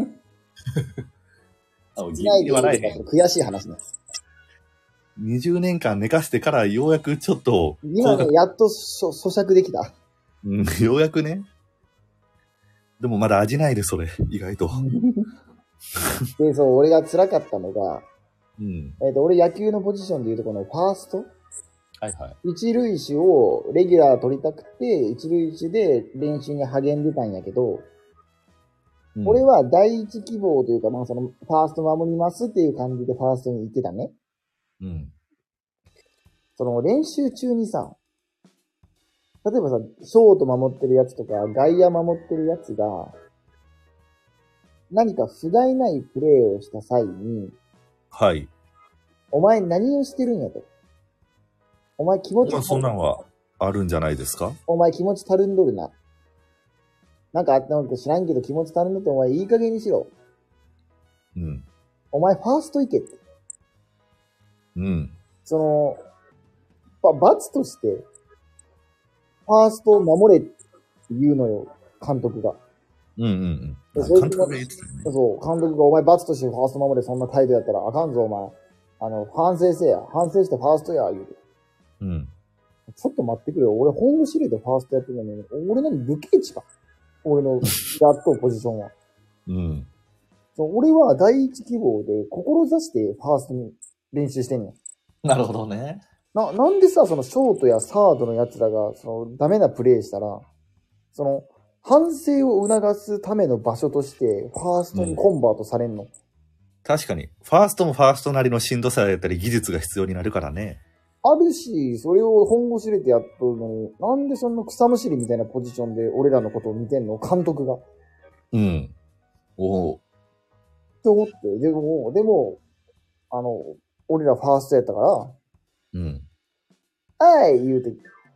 あギリギリ笑えへん。 悔しい話ね。 にじゅうねんかん寝かしてからようやくちょっと。 今ね、やっと咀嚼できた。 うん、ようやくね。でもまだ味ないで、それ。意外と。 で、そう、俺が辛かったのが、 うん。 えっと、俺野球のポジションでいうとこのファーストはいはい。 一塁手をレギュラー取りたくて、一塁手で練習に励んでたんやけど、うん、俺は第一希望というか、まあその、ファースト守りますっていう感じでファーストに行ってたね。 うん。 その練習中にさ、例えばさ、ショート守ってるやつとか、外野守ってるやつが、何か不甲斐ないプレーをした際に、 はい。 お前何をしてるんやと。お前気持ちまあそんなんはあるんじゃないですか？ お前気持ちたるんどるな。なんかあったのか知らんけど気持ちたるんどってお前いい加減にしろ。 うん。 お前ファースト行けって。 うん。 その、ば罰として、ファーストを守れって言うのよ、監督が。 うんうんうん。監督が言ってたよね。 そう、監督がお前罰としてファースト守れそんな態度やったらあかんぞお前。あの、反省せや。反省してファーストや、言うて。 うん。 ちょっと待ってくれよ。俺本部司令でファーストやってるのに、俺何武器値か。俺のやっとポジションは。 うん。 そう、俺は第一希望で志してファーストに練習してんねん。 なるほどね。 な、なんでさ、そのショートやサードの奴らが、そのダメなプレイしたら、その、反省を促すための場所として、ファーストにコンバートされんの、うん、 確かに。ファーストもファーストなりのしんどさやったり技術が必要になるからね。 あるし、それを本腰入れてやっとるのに、なんでそんな草むしりみたいなポジションで俺らのことを見てんの監督が。 うん。おお。 って思って、でも、でも、あの、俺らファーストやったから、 うん。 あい言うて、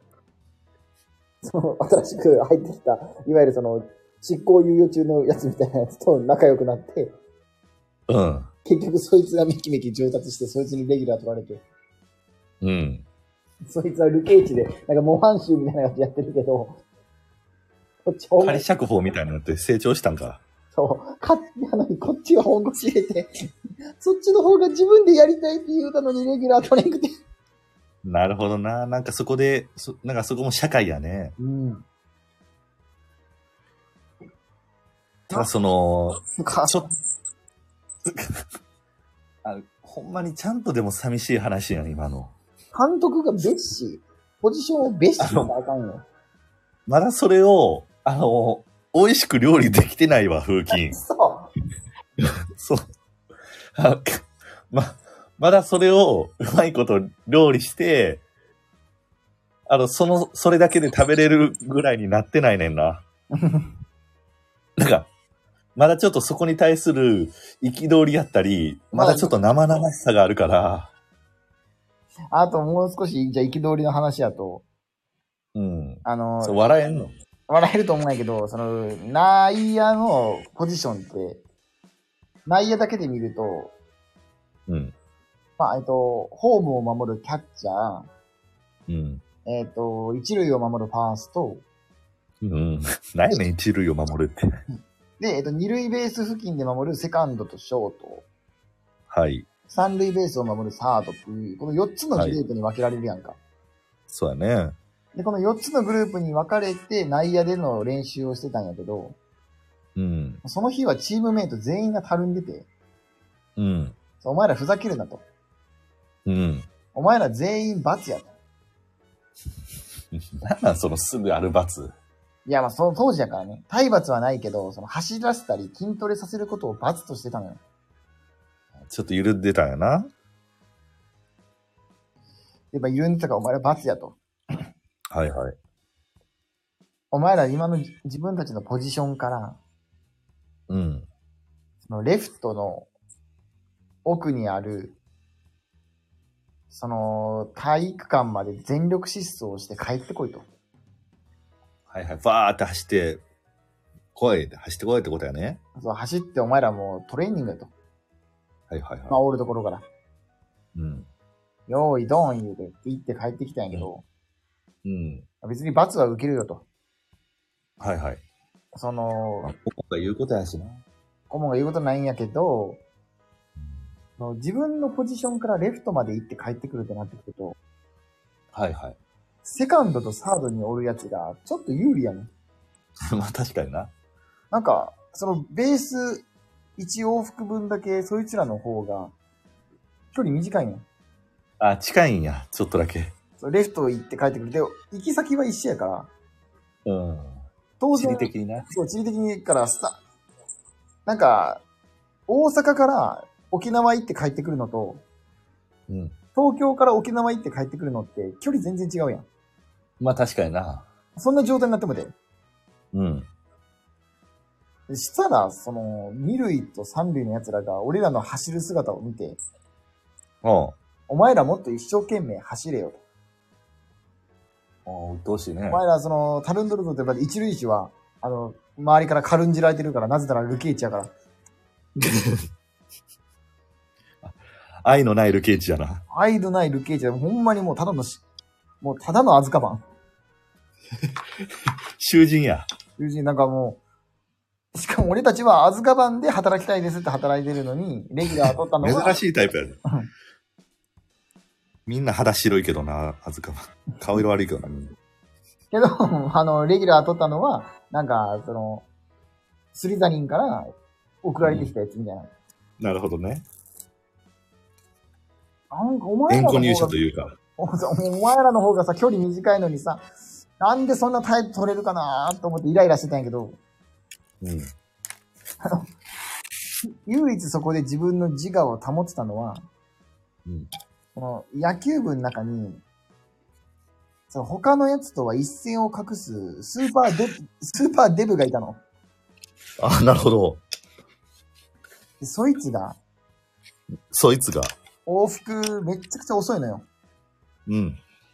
その、新しく入ってきた、いわゆるその、執行猶予中のやつみたいなやつと仲良くなって、 うん。 結局そいつがめきめき上達して、そいつにレギュラー取られて、 うん。 そいつはルケーチで、なんか模範囚みたいなやつやってるけど、こっちは仮釈放みたいになって成長したんか。 そう、勝手なのにこっちは本腰入れて、そっちの方が自分でやりたいって言うたのにレギュラー取れんくて。 なるほどな。なんかそこで、そなんかそこも社会やね。 うん。 ただその、ちょあほんまにちゃんとでも寂しい話やね、今の。 監督が別紙、ポジションを別紙したらあかんよ。 まだそれを、あの、美味しく料理できてないわ、風紀。 そう。 そう。あま、まだそれをうまいこと料理して、 あの、その、それだけで食べれるぐらいになってないねんな。なんか、まだちょっとそこに対する憤りやったり、まだちょっと生々しさがあるから。 あともう少し、じゃあ憤りの話やと。 うん。 あの、 そう笑えんの？ 笑えると思うんやけど、その、内野のポジションって、内野だけで見ると、 うん。 まあ、えっと、ホームを守るキャッチャー、 うん。 えっと、一塁を守るファースト、 うん。何やねん、一塁を守るって。 で、えっと、二塁ベース付近で守るセカンドとショート、 はい。 三塁ベースを守るサードっていう、この四つのグループに分けられるやんか。 そうやね。 で、この四つのグループに分かれて内野での練習をしてたんやけど、 うん。 その日はチームメイト全員がたるんでて、 うん。 お前らふざけるなと。 うん。 お前ら全員罰やと。 なんなんそのすぐある罰。 いや、まあ、その当時やからね。体罰はないけど、その走らせたり筋トレさせることを罰としてたのよ。 ちょっと緩んでたんやな。 やっぱ緩んでたからお前ら罰やと。 はいはい。 お前ら今の自分たちのポジションから、 うん。 そのレフトの奥にある、その体育館まで全力疾走して帰ってこいと。 はいはい。バーって走って、来いって、走ってこいってことやね。 そう、走ってお前らもうトレーニングやと。 はいはいはい。 守るところから。 うん。 よーい、ドーン言うて、行って帰ってきたんやけど、 うん。 別に罰は受けるよと。 はいはい。 その、 ここが言うことやしな。 顧問が言うことないんやけど、自分のポジションからレフトまで行って帰ってくるってなってくると、 はいはい。 セカンドとサードにおるやつがちょっと有利やねん。 まあ確かにな。 なんか、そのベースいち往復分だけそいつらの方が距離短いねん。 あ、近いんや。ちょっとだけ。 レフト行って帰ってくる。で、行き先は一緒やから。 うん。 当然。 地理的にね。 そう、地理的にからスタ、なんか、大阪から沖縄行って帰ってくるのと、 うん。 東京から沖縄行って帰ってくるのって距離全然違うやん。 まあ確かにな。 そんな状態になってもて。 うん。 したら、その、二塁と三塁の奴らが俺らの走る姿を見て、 おう。 お前らもっと一生懸命走れよと。 おう、うっとうしいね。 お前ら、その、タルンドルドってやっぱ一塁手は、あの、周りから軽んじられてるから、なぜならルケーチやから。 愛のないルケーチやな。 愛のないルケーチは、ほんまにもうただのし、もうただのアズカバン。 囚人や。 囚人なんかもう、しかも俺たちはアズカバンで働きたいですって働いてるのに、レギュラー取ったのは。 珍しいタイプやで。みんな肌白いけどな、あずかは。顔色悪いけどな、みんな。 けど、あの、レギュラー取ったのは、なんか、その、スリザリンから送られてきたやつみたいな。うん、 なるほどね。 なんかお前らの方が、 縁故入社というか。 お前らの方がさ、距離短いのにさ、なんでそんなタイプ取れるかなと思ってイライラしてたんやけど、 うん。 あの、唯一そこで自分の自我を保ってたのは、 うん。 この野球部の中に、その他のやつとは一線を画すスーパーデブ、スーパーデブがいたの。 あ、なるほど。 でそいつが、 そいつが。 往復めっちゃくちゃ遅いのよ。 うん。 だ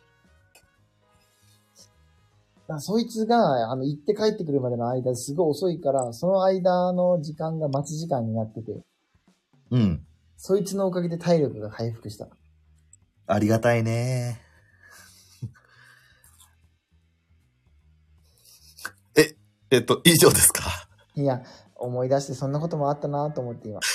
からそいつが、あの、行って帰ってくるまでの間、すごい遅いから、その間の時間が待ち時間になってて、 うん。 そいつのおかげで体力が回復した。 ありがたいね。え、えっと、以上ですか？ いや、思い出してそんなこともあったなと思って今。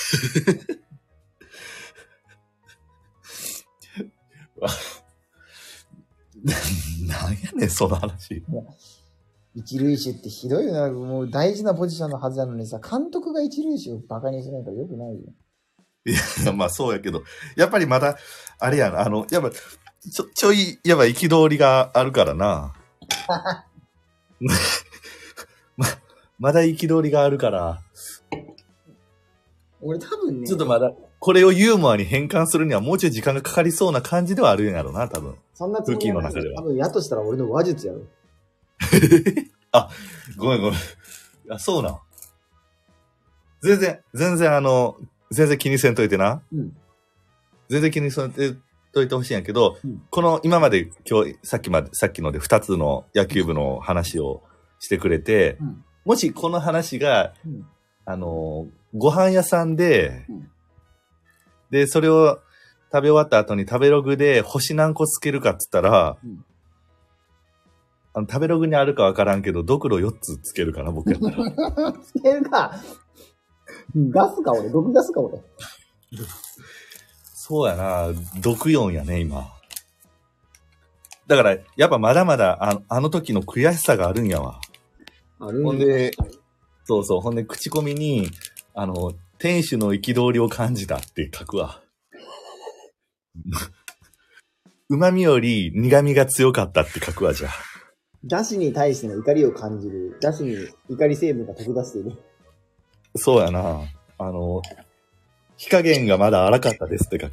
なんやねん、その話。 いや、一塁手ってひどいよな。もう大事なポジションのはずなのにさ、監督が一塁手をバカにしないからよくないよ。 いや、まあそうやけど、やっぱりまだ、あれやな、あの、やっぱ、ちょ、ちょい、やっぱ憤りがあるからな。ま、まだ憤りがあるから。 俺多分ね。 ちょっとまだ、これをユーモアに変換するにはもうちょい時間がかかりそうな感じではあるんやろな、多分。 そんなつもりはない。 風紀の中では。 多分、やとしたら俺の話術やろ。 あ、ごめんごめん。あ、そうなん。全然、全然あの、全然気にせんといてな。 うん。 全然気にせんといてほしいんやけど、 うん、 この今まで今日、さっきまで、さっきので二つの野球部の話をしてくれて、うん、もしこの話が、うん、あの、ご飯屋さんで、うん、で、それを食べ終わった後に食べログで星何個つけるかっつったら、うん、あの食べログにあるかわからんけど、ドクロよっつつけるかな、僕やったら。 つけるか。出すか、俺。毒出すか、俺。 そうやな。毒よんやね、今。だから、やっぱまだまだ、あの、あの時の悔しさがあるんやわ。 あるんほんで、そうそう、ほんで、口コミに、あの、店主の憤りを感じたって書くわ。旨味より苦味が強かったって書くわ、じゃあ。 だしに対しての怒りを感じる。だしに怒り成分が溶け出している。 そうやな。あの、火加減がまだ荒かったですって書く。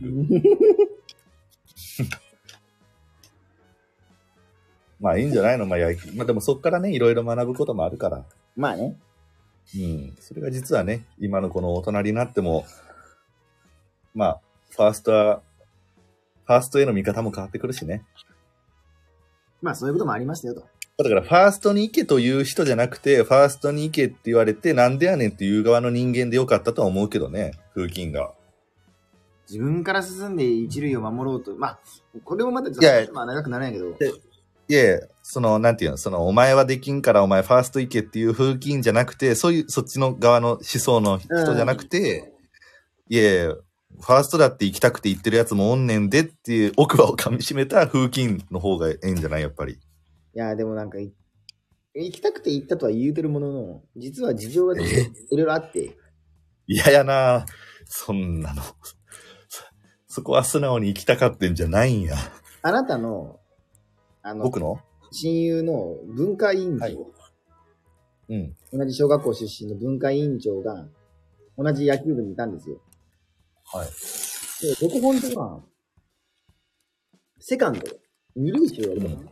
まあいいんじゃないの、まあ、やまあでもそっからね、いろいろ学ぶこともあるから。 まあね。 うん。それが実はね、今のこの大人になっても、まあ、ファーストは、ファーストへの見方も変わってくるしね。 まあそういうこともありましたよと。 だからファーストに行けという人じゃなくて、ファーストに行けって言われて、なんでやねんっていう側の人間でよかったとは思うけどね、風紀が。 自分から進んで一塁を守ろうと。まあ、これもまたちょっとまあ長くならないけど。 いや、その、なんていうの、その、お前はできんからお前ファースト行けっていう風紀じゃなくて、そういう、そっちの側の思想の人じゃなくて、うん、いや、ファーストだって行きたくて行ってるやつもおんねんでっていう奥歯を噛み締めた風紀の方がええんじゃないやっぱり。 いや、でもなんか、行きたくて行ったとは言うてるものの、実は事情がいろいろあって。 嫌やなそんなの。そこは素直に行きたかってんじゃないんや。 あなたの、あの、 僕の親友の文化委員長、はい、うん、同じ小学校出身の文化委員長が、同じ野球部にいたんですよ。 はい。 で、僕本当は、セカンド、二塁手をやるのかな、うん、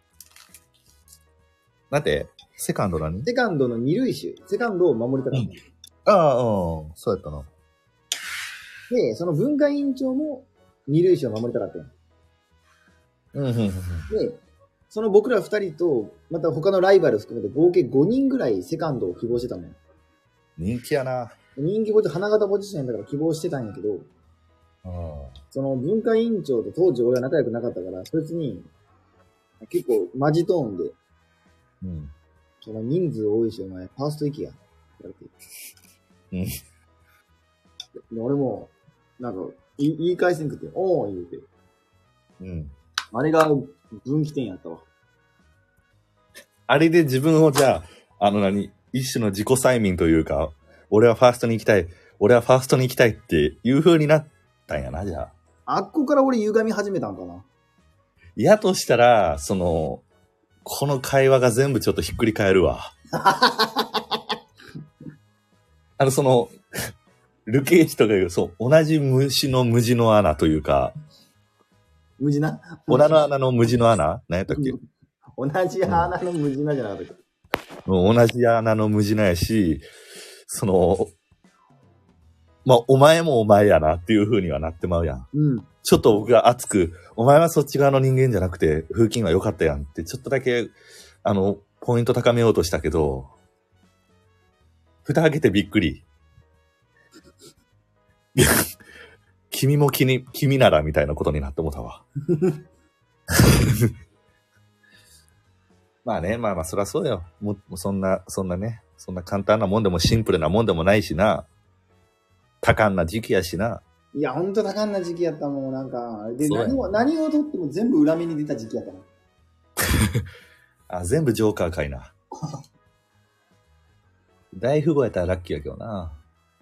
なんてセカンド何セカンドの二塁手。セカンドを守りたかった。 うん、ああ、うん。そうやったな。 で、その文化委員長も二塁手を守りたかったよ。 うん、うん、うん。 で、その僕ら二人と、また他のライバル含めて合計ごにんぐらいセカンドを希望してたのよ。 人気やな。 人気ポジション、花形ポジションだから希望してたんやけど、あその文化委員長と当時俺は仲良くなかったから、そいつに結構マジトーンで、うん、その人数多いしお前ファースト行けやって言われて、うん、で俺もなんか言い返せんくて、おー言うて、うん、あれが分岐点やったわ。 あれで自分をじゃああの何一種の自己催眠というか、俺はファーストに行きたい、俺はファーストに行きたいっていう風になったんやな、じゃあ。 あっこから俺歪み始めたんかな。 やとしたら、その、この会話が全部ちょっとひっくり返るわ。あの、その、ルケーチとかいう、そう、同じ虫の無地の穴というか、 無地な小田の穴の無地の穴何やったっけ、 うん、同じ穴の無地なじゃなかったっけ、 うん、同じ穴の無地なやし、その、まあ、お前もお前やなっていう風にはなってまうやん。うん。ちょっと僕が熱く、お前はそっち側の人間じゃなくて、風紀は良かったやんって、ちょっとだけ、あの、ポイント高めようとしたけど、蓋開けてびっくり。君も君、君ならみたいなことになってもたわ。まあね、まあまあ、そりゃそうよ。もう、そんな、そんなね、そんな簡単なもんでもシンプルなもんでもないしな。多感な時期やしな。 いや、ほんと多感な時期やったもん、なんか。で、何を、何をとっても全部裏目に出た時期やったの。 あ、全部ジョーカーかいな。大富豪やったらラッキーやけどな。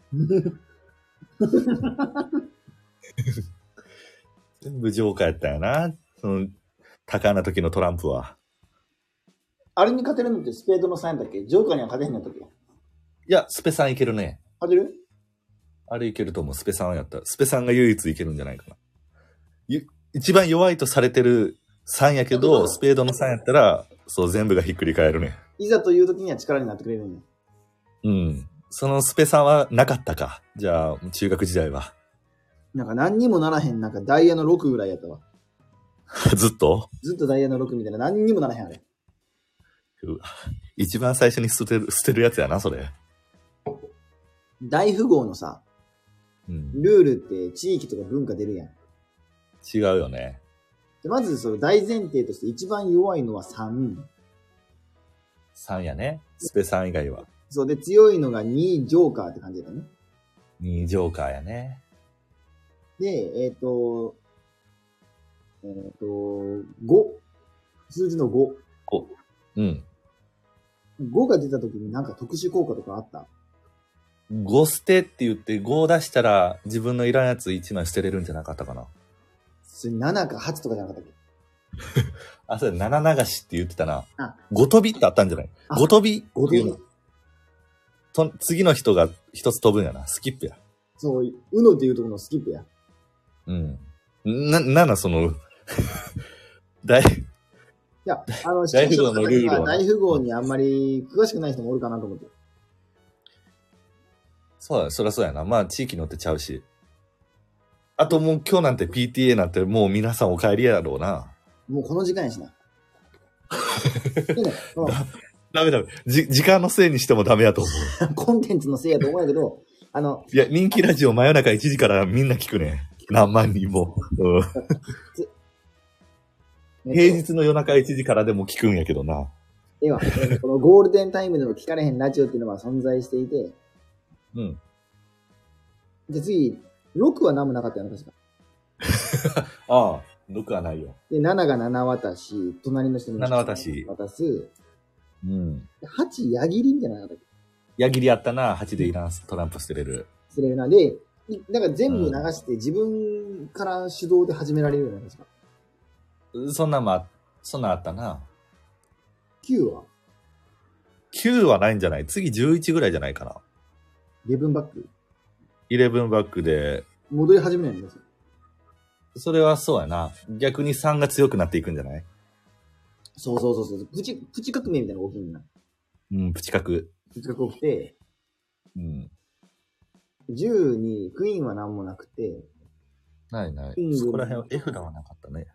全部ジョーカーやったよな。その、多感な時のトランプは。 あれに勝てるのってスペードのさんだっけ？ジョーカーには勝てへんのやったっけ？いや、スペさんいけるね。 勝てる？ あれいけると思う。スペさんやったら。スペさんが唯一いけるんじゃないかな。一番弱いとされてるさんやけど、スペードのさんやったら、そう、全部がひっくり返るね。 いざという時には力になってくれるんや。 うん。そのスペさんはなかったか。じゃあ、中学時代は。 なんか何にもならへん、なんかダイヤのろくぐらいやったわ。 ずっとずっとダイヤのろくみたいな、何にもならへん、あれ。 うわ一番最初に捨てる、捨てるやつやな、それ。 大富豪のさ、 うん。 ルールって地域とか文化出るやん。 違うよね。 でまず、その大前提として一番弱いのはさん。 さんやね。スペさん以外は。 そうで、強いのがに、ジョーカーって感じだね。 にジョーカーやね。 で、えっ、ー、と、えっ、ー、と、ご。数字のご。 お、うん。 ごが出た時になんか特殊効果とかあった？ ご捨てって言ってごを出したら自分のいらんやついちまい捨てれるんじゃなかったかな。 それななかはちとかじゃなかったっけ？ あ、そうだ、なな流しって言ってたな。 あ、 ご飛びってあったんじゃない？ご飛びご飛び。 と次の人が一つ飛ぶんやな。スキップや。 そう、うのっていうところのスキップや。 うん。な、なんな、その、大、 いや、あの、 大富豪のルールは大富豪にあんまり詳しくない人もおるかなと思って。 そうだ、そりゃそうやな。まあ、地域によってちゃうし。あともう今日なんて ピーティーエー なんてもう皆さんお帰りやろうな。 もうこの時間やしな。でね、このダメダメ。じ、時間のせいにしてもダメやと思う。 コンテンツのせいやと思うんやけど、あの、 いや、人気ラジオ真夜中いちじからみんな聞くね。何万人も。うん、平日の夜中いちじからでも聞くんやけどな。 では、このゴールデンタイムでも聞かれへんラジオっていうのは存在していて、 うん。 で、次、ろくは何もなかったよね、確か。 ああ、ろくはないよ。 で、なながなな渡し、隣の人になな渡し。 渡す。 うん。 はち、矢切りみたいなのがあったっけ？ 矢切りあったな、はちでいらんトランプ捨てれる。 捨てれるな。で、だから全部流して自分から手動で始められるようになるんですか？ そんなんま、そんなんあったな。 きゅうはきゅうはないんじゃない？次じゅういちぐらいじゃないかな。 じゅういちバックじゅういちバックで。 戻り始めないんですよ。 それはそうやな。逆にさんが強くなっていくんじゃない？ そうそうそうそう。プチ、プチ革命みたいなのが起きるんだ。 うん、プチ角。 プチ革起きて、 うん。 じゅうにクイーンは何もなくて。 ないない。そこら辺は絵札はなかったね。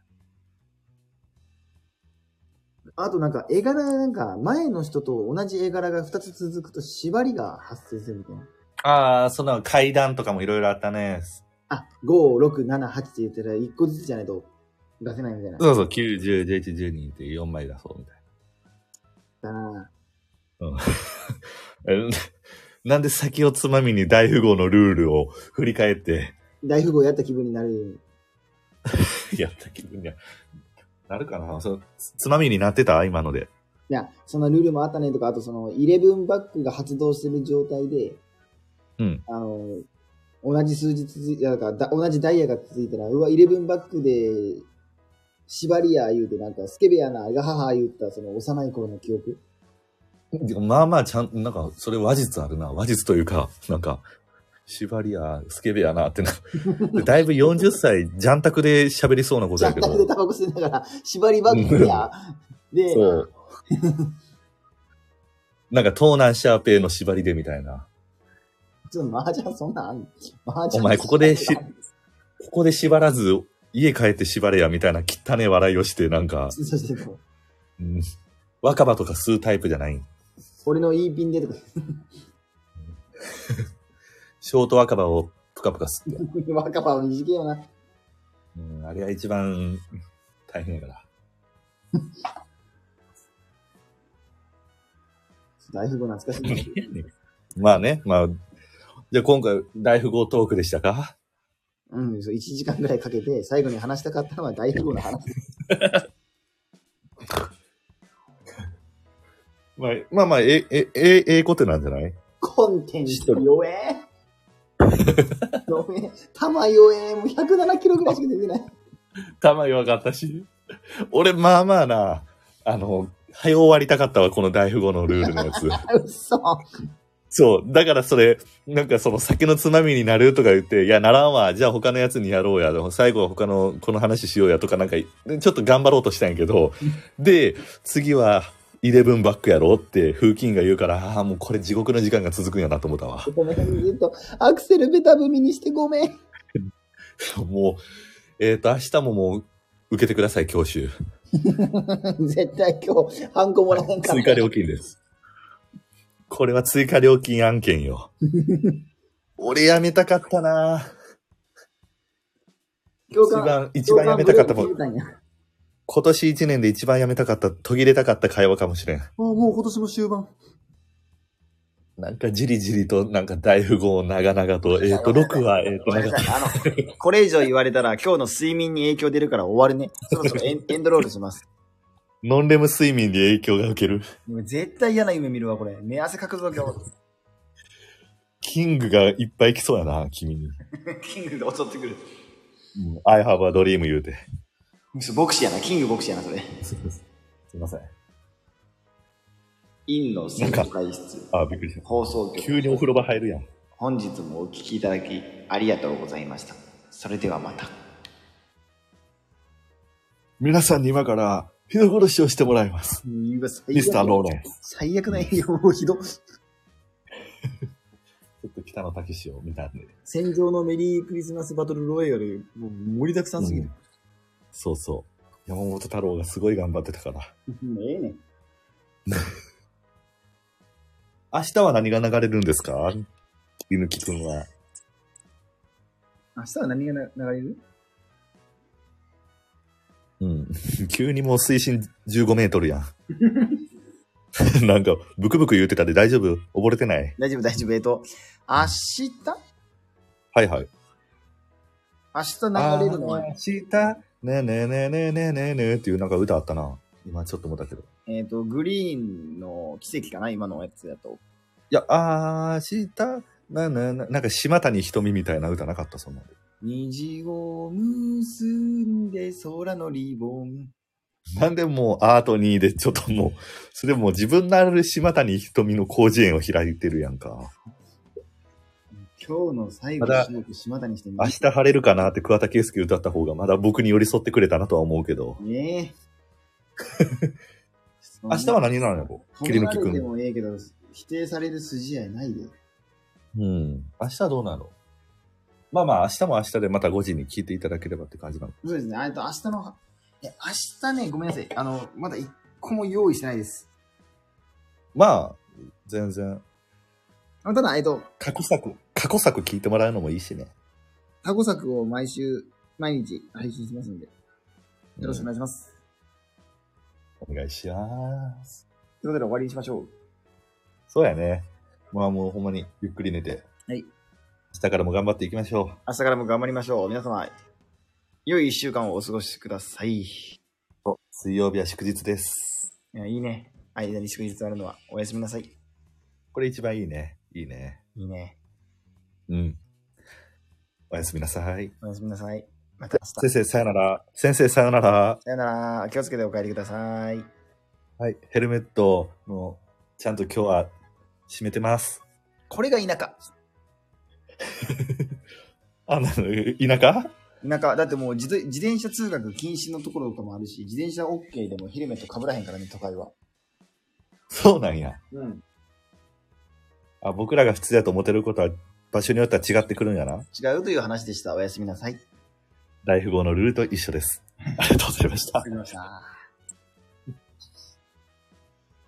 あとなんか絵柄なんか前の人と同じ絵柄がふたつ続くと縛りが発生するみたいな。 ああ、その階段とかもいろいろあったね。 あ、ご、ろく、なな、はちって言ったらいっこずつじゃないと出せないみたいな。 そうそう、きゅう、じゅう、じゅういち、じゅうにってよんまい出そうみたいだなぁ。うん。なんで先をつまみに大富豪のルールを振り返って。 大富豪やった気分になる。 やった気分には。なるかな？そのつまみになってた今ので。 いや、そんなルールもあったねとか、あとその、イレブンバックが発動してる状態で、 うん。 あの、同じ数字続いて、だからだ同じダイヤが続いたら、うわ、イレブンバックで、縛りや言うて、なんか、スケベやな、ガハハ言った、その幼い頃の記憶。 まあまあ、ちゃん、なんか、それ話術あるな。話術というか、なんか、縛りや、スケベやなってな。だいぶよんじゅっさい、ジャンタクで喋りそうなことやけど。 ジャンタクでタバコ吸いながら、縛りバックや。で、 そう。なんか、東南シャーペイの縛りでみたいな。 ちょっと麻雀そんなんあんの？麻雀お前、ここでし、ここで縛らず、家帰って縛れやみたいな汚ね笑いをして、なんか、うん、若葉とか吸うタイプじゃない。 俺のいいピンでとか。 ショート若葉をぷかぷか吸って。 若葉は短いよな。 うん、あれが一番大変やから。 大富豪懐かしいね。 まあね、まあ、じゃあ今回大富豪トークでしたか？ うん、そういちじかんぐらいかけて最後に話したかったのは大富豪の話。 まあまあまあ、え、え、え、ええことなんじゃない？ コンテンツ弱え。弱え。玉弱え。もうひゃくななキロぐらいしか出てない。 玉弱かったし。俺、まあまあな、あの、早終わりたかったわ、この大富豪のルールのやつ。 嘘。 そう。だからそれ、なんかその酒のつまみになるとか言って、いや、ならんわ。じゃあ他のやつにやろうや。最後は他のこの話しようやとかなんか、ちょっと頑張ろうとしたんやけど、で、次は、イレブンバックやろって風紀委員が言うから、ああ、もうこれ地獄の時間が続くんやなと思ったわ。 ごめん、ずっとアクセルベタ踏みにしてごめん。 もう、えっ、ー、と、明日ももう、受けてください、教習。 絶対今日、ハンコもらえんから。 追加料金です。これは追加料金案件よ。俺やめたかったな一番、一番やめたかったもん。今年一年で一番やめたかった、途切れたかった会話かもしれん。あ、 もう今年も終盤。 なんかじりじりと、なんか大富豪長々と、えっ、ー、と、ろくは、えっ、ー、と、なんか。 あの、これ以上言われたら今日の睡眠に影響出るから終わるね。そろそろエンエンドロールします。 ノンレム睡眠で影響が受ける。 絶対嫌な夢見るわ、これ。目汗かくぞ、今日。 キングがいっぱい来そうやな、君に。 キングが襲ってくる。 うん、I have a dream 言うて。 ボクシーやな、キングボクシーやな、それ。 すいません。 陰の生徒会室。 あ、びっくりした。 放送局。 急にお風呂場入るやん。 本日もお聞きいただきありがとうございました。それではまた。 皆さんに今から人殺しをしてもらいます。ミスターローレン。 最悪な営業をひど。ちょっと北野武を見たんで。 戦場のメリークリスマスバトルロイヤル、もう盛りだくさんすぎる。うん、 そうそう。山本太郎がすごい頑張ってたから。 もうええねん。 明日は何が流れるんですか？犬木くんは。 明日は何が流れる？ うん。急にもう水深じゅうごメートルやん。なんか、ブクブク言うてたで大丈夫？溺れてない？ 大丈夫、大丈夫。えっと、明日？ はいはい。 明日流れるのは明日、ねねねねねねねっていうなんか歌あったな。今ちょっと思ったけど。 えっと、グリーンの奇跡かな今のやつやと。 いや、明日、な、な、な、なんか島谷ひとみみたいな歌なかった、そんなんで。 虹を結んで空のリボン。 なんでもうアートにでちょっともう、それもう自分なる島谷ひとみの広辞苑を開いてるやんか。 今日の最後の種目、島谷ひとみ。 明日晴れるかなって桑田佳祐歌った方がまだ僕に寄り添ってくれたなとは思うけど。 ねえ。 明日は何なのよ、切り抜きくん。 でもええけど、否定される筋合いないで。 うん。明日はどうなの？まあまあ、明日も明日でまたごじに聞いていただければって感じなの。 そうですね。えっと、明日の、え、明日ね、ごめんなさい。あの、まだ一個も用意してないです。 まあ、全然。 ただ、えっと、 過去作、過去作聞いてもらうのもいいしね。 過去作を毎週、毎日配信しますので、よろしくお願いします。 うん、お願いします。 ということで終わりにしましょう。 そうやね。まあもうほんまにゆっくり寝て。 はい。 明日からも頑張っていきましょう。 明日からも頑張りましょう。皆様、良い一週間をお過ごしください。 お、水曜日は祝日です。 いや、いいね。間に祝日あるのは。おやすみなさい。 これ一番いいね。いいね。 いいね。 うん。おやすみなさい。 おやすみなさい。また明日。 先生、さよなら。先生、さよなら。 さよなら。気をつけてお帰りください。 はい。ヘルメットの、ちゃんと今日は閉めてます。 これが田舎。 あ、なの、田舎田舎。だってもう自、自転車通学禁止のところとかもあるし、自転車 OK でもヘルメット被らへんからね、都会は。 そうなんや。 うん。 あ、僕らが普通だと思ってることは場所によっては違ってくるんやな。 違うという話でした。おやすみなさい。 大富豪のルールと一緒です。ありがとうございました。 ありがとうございました。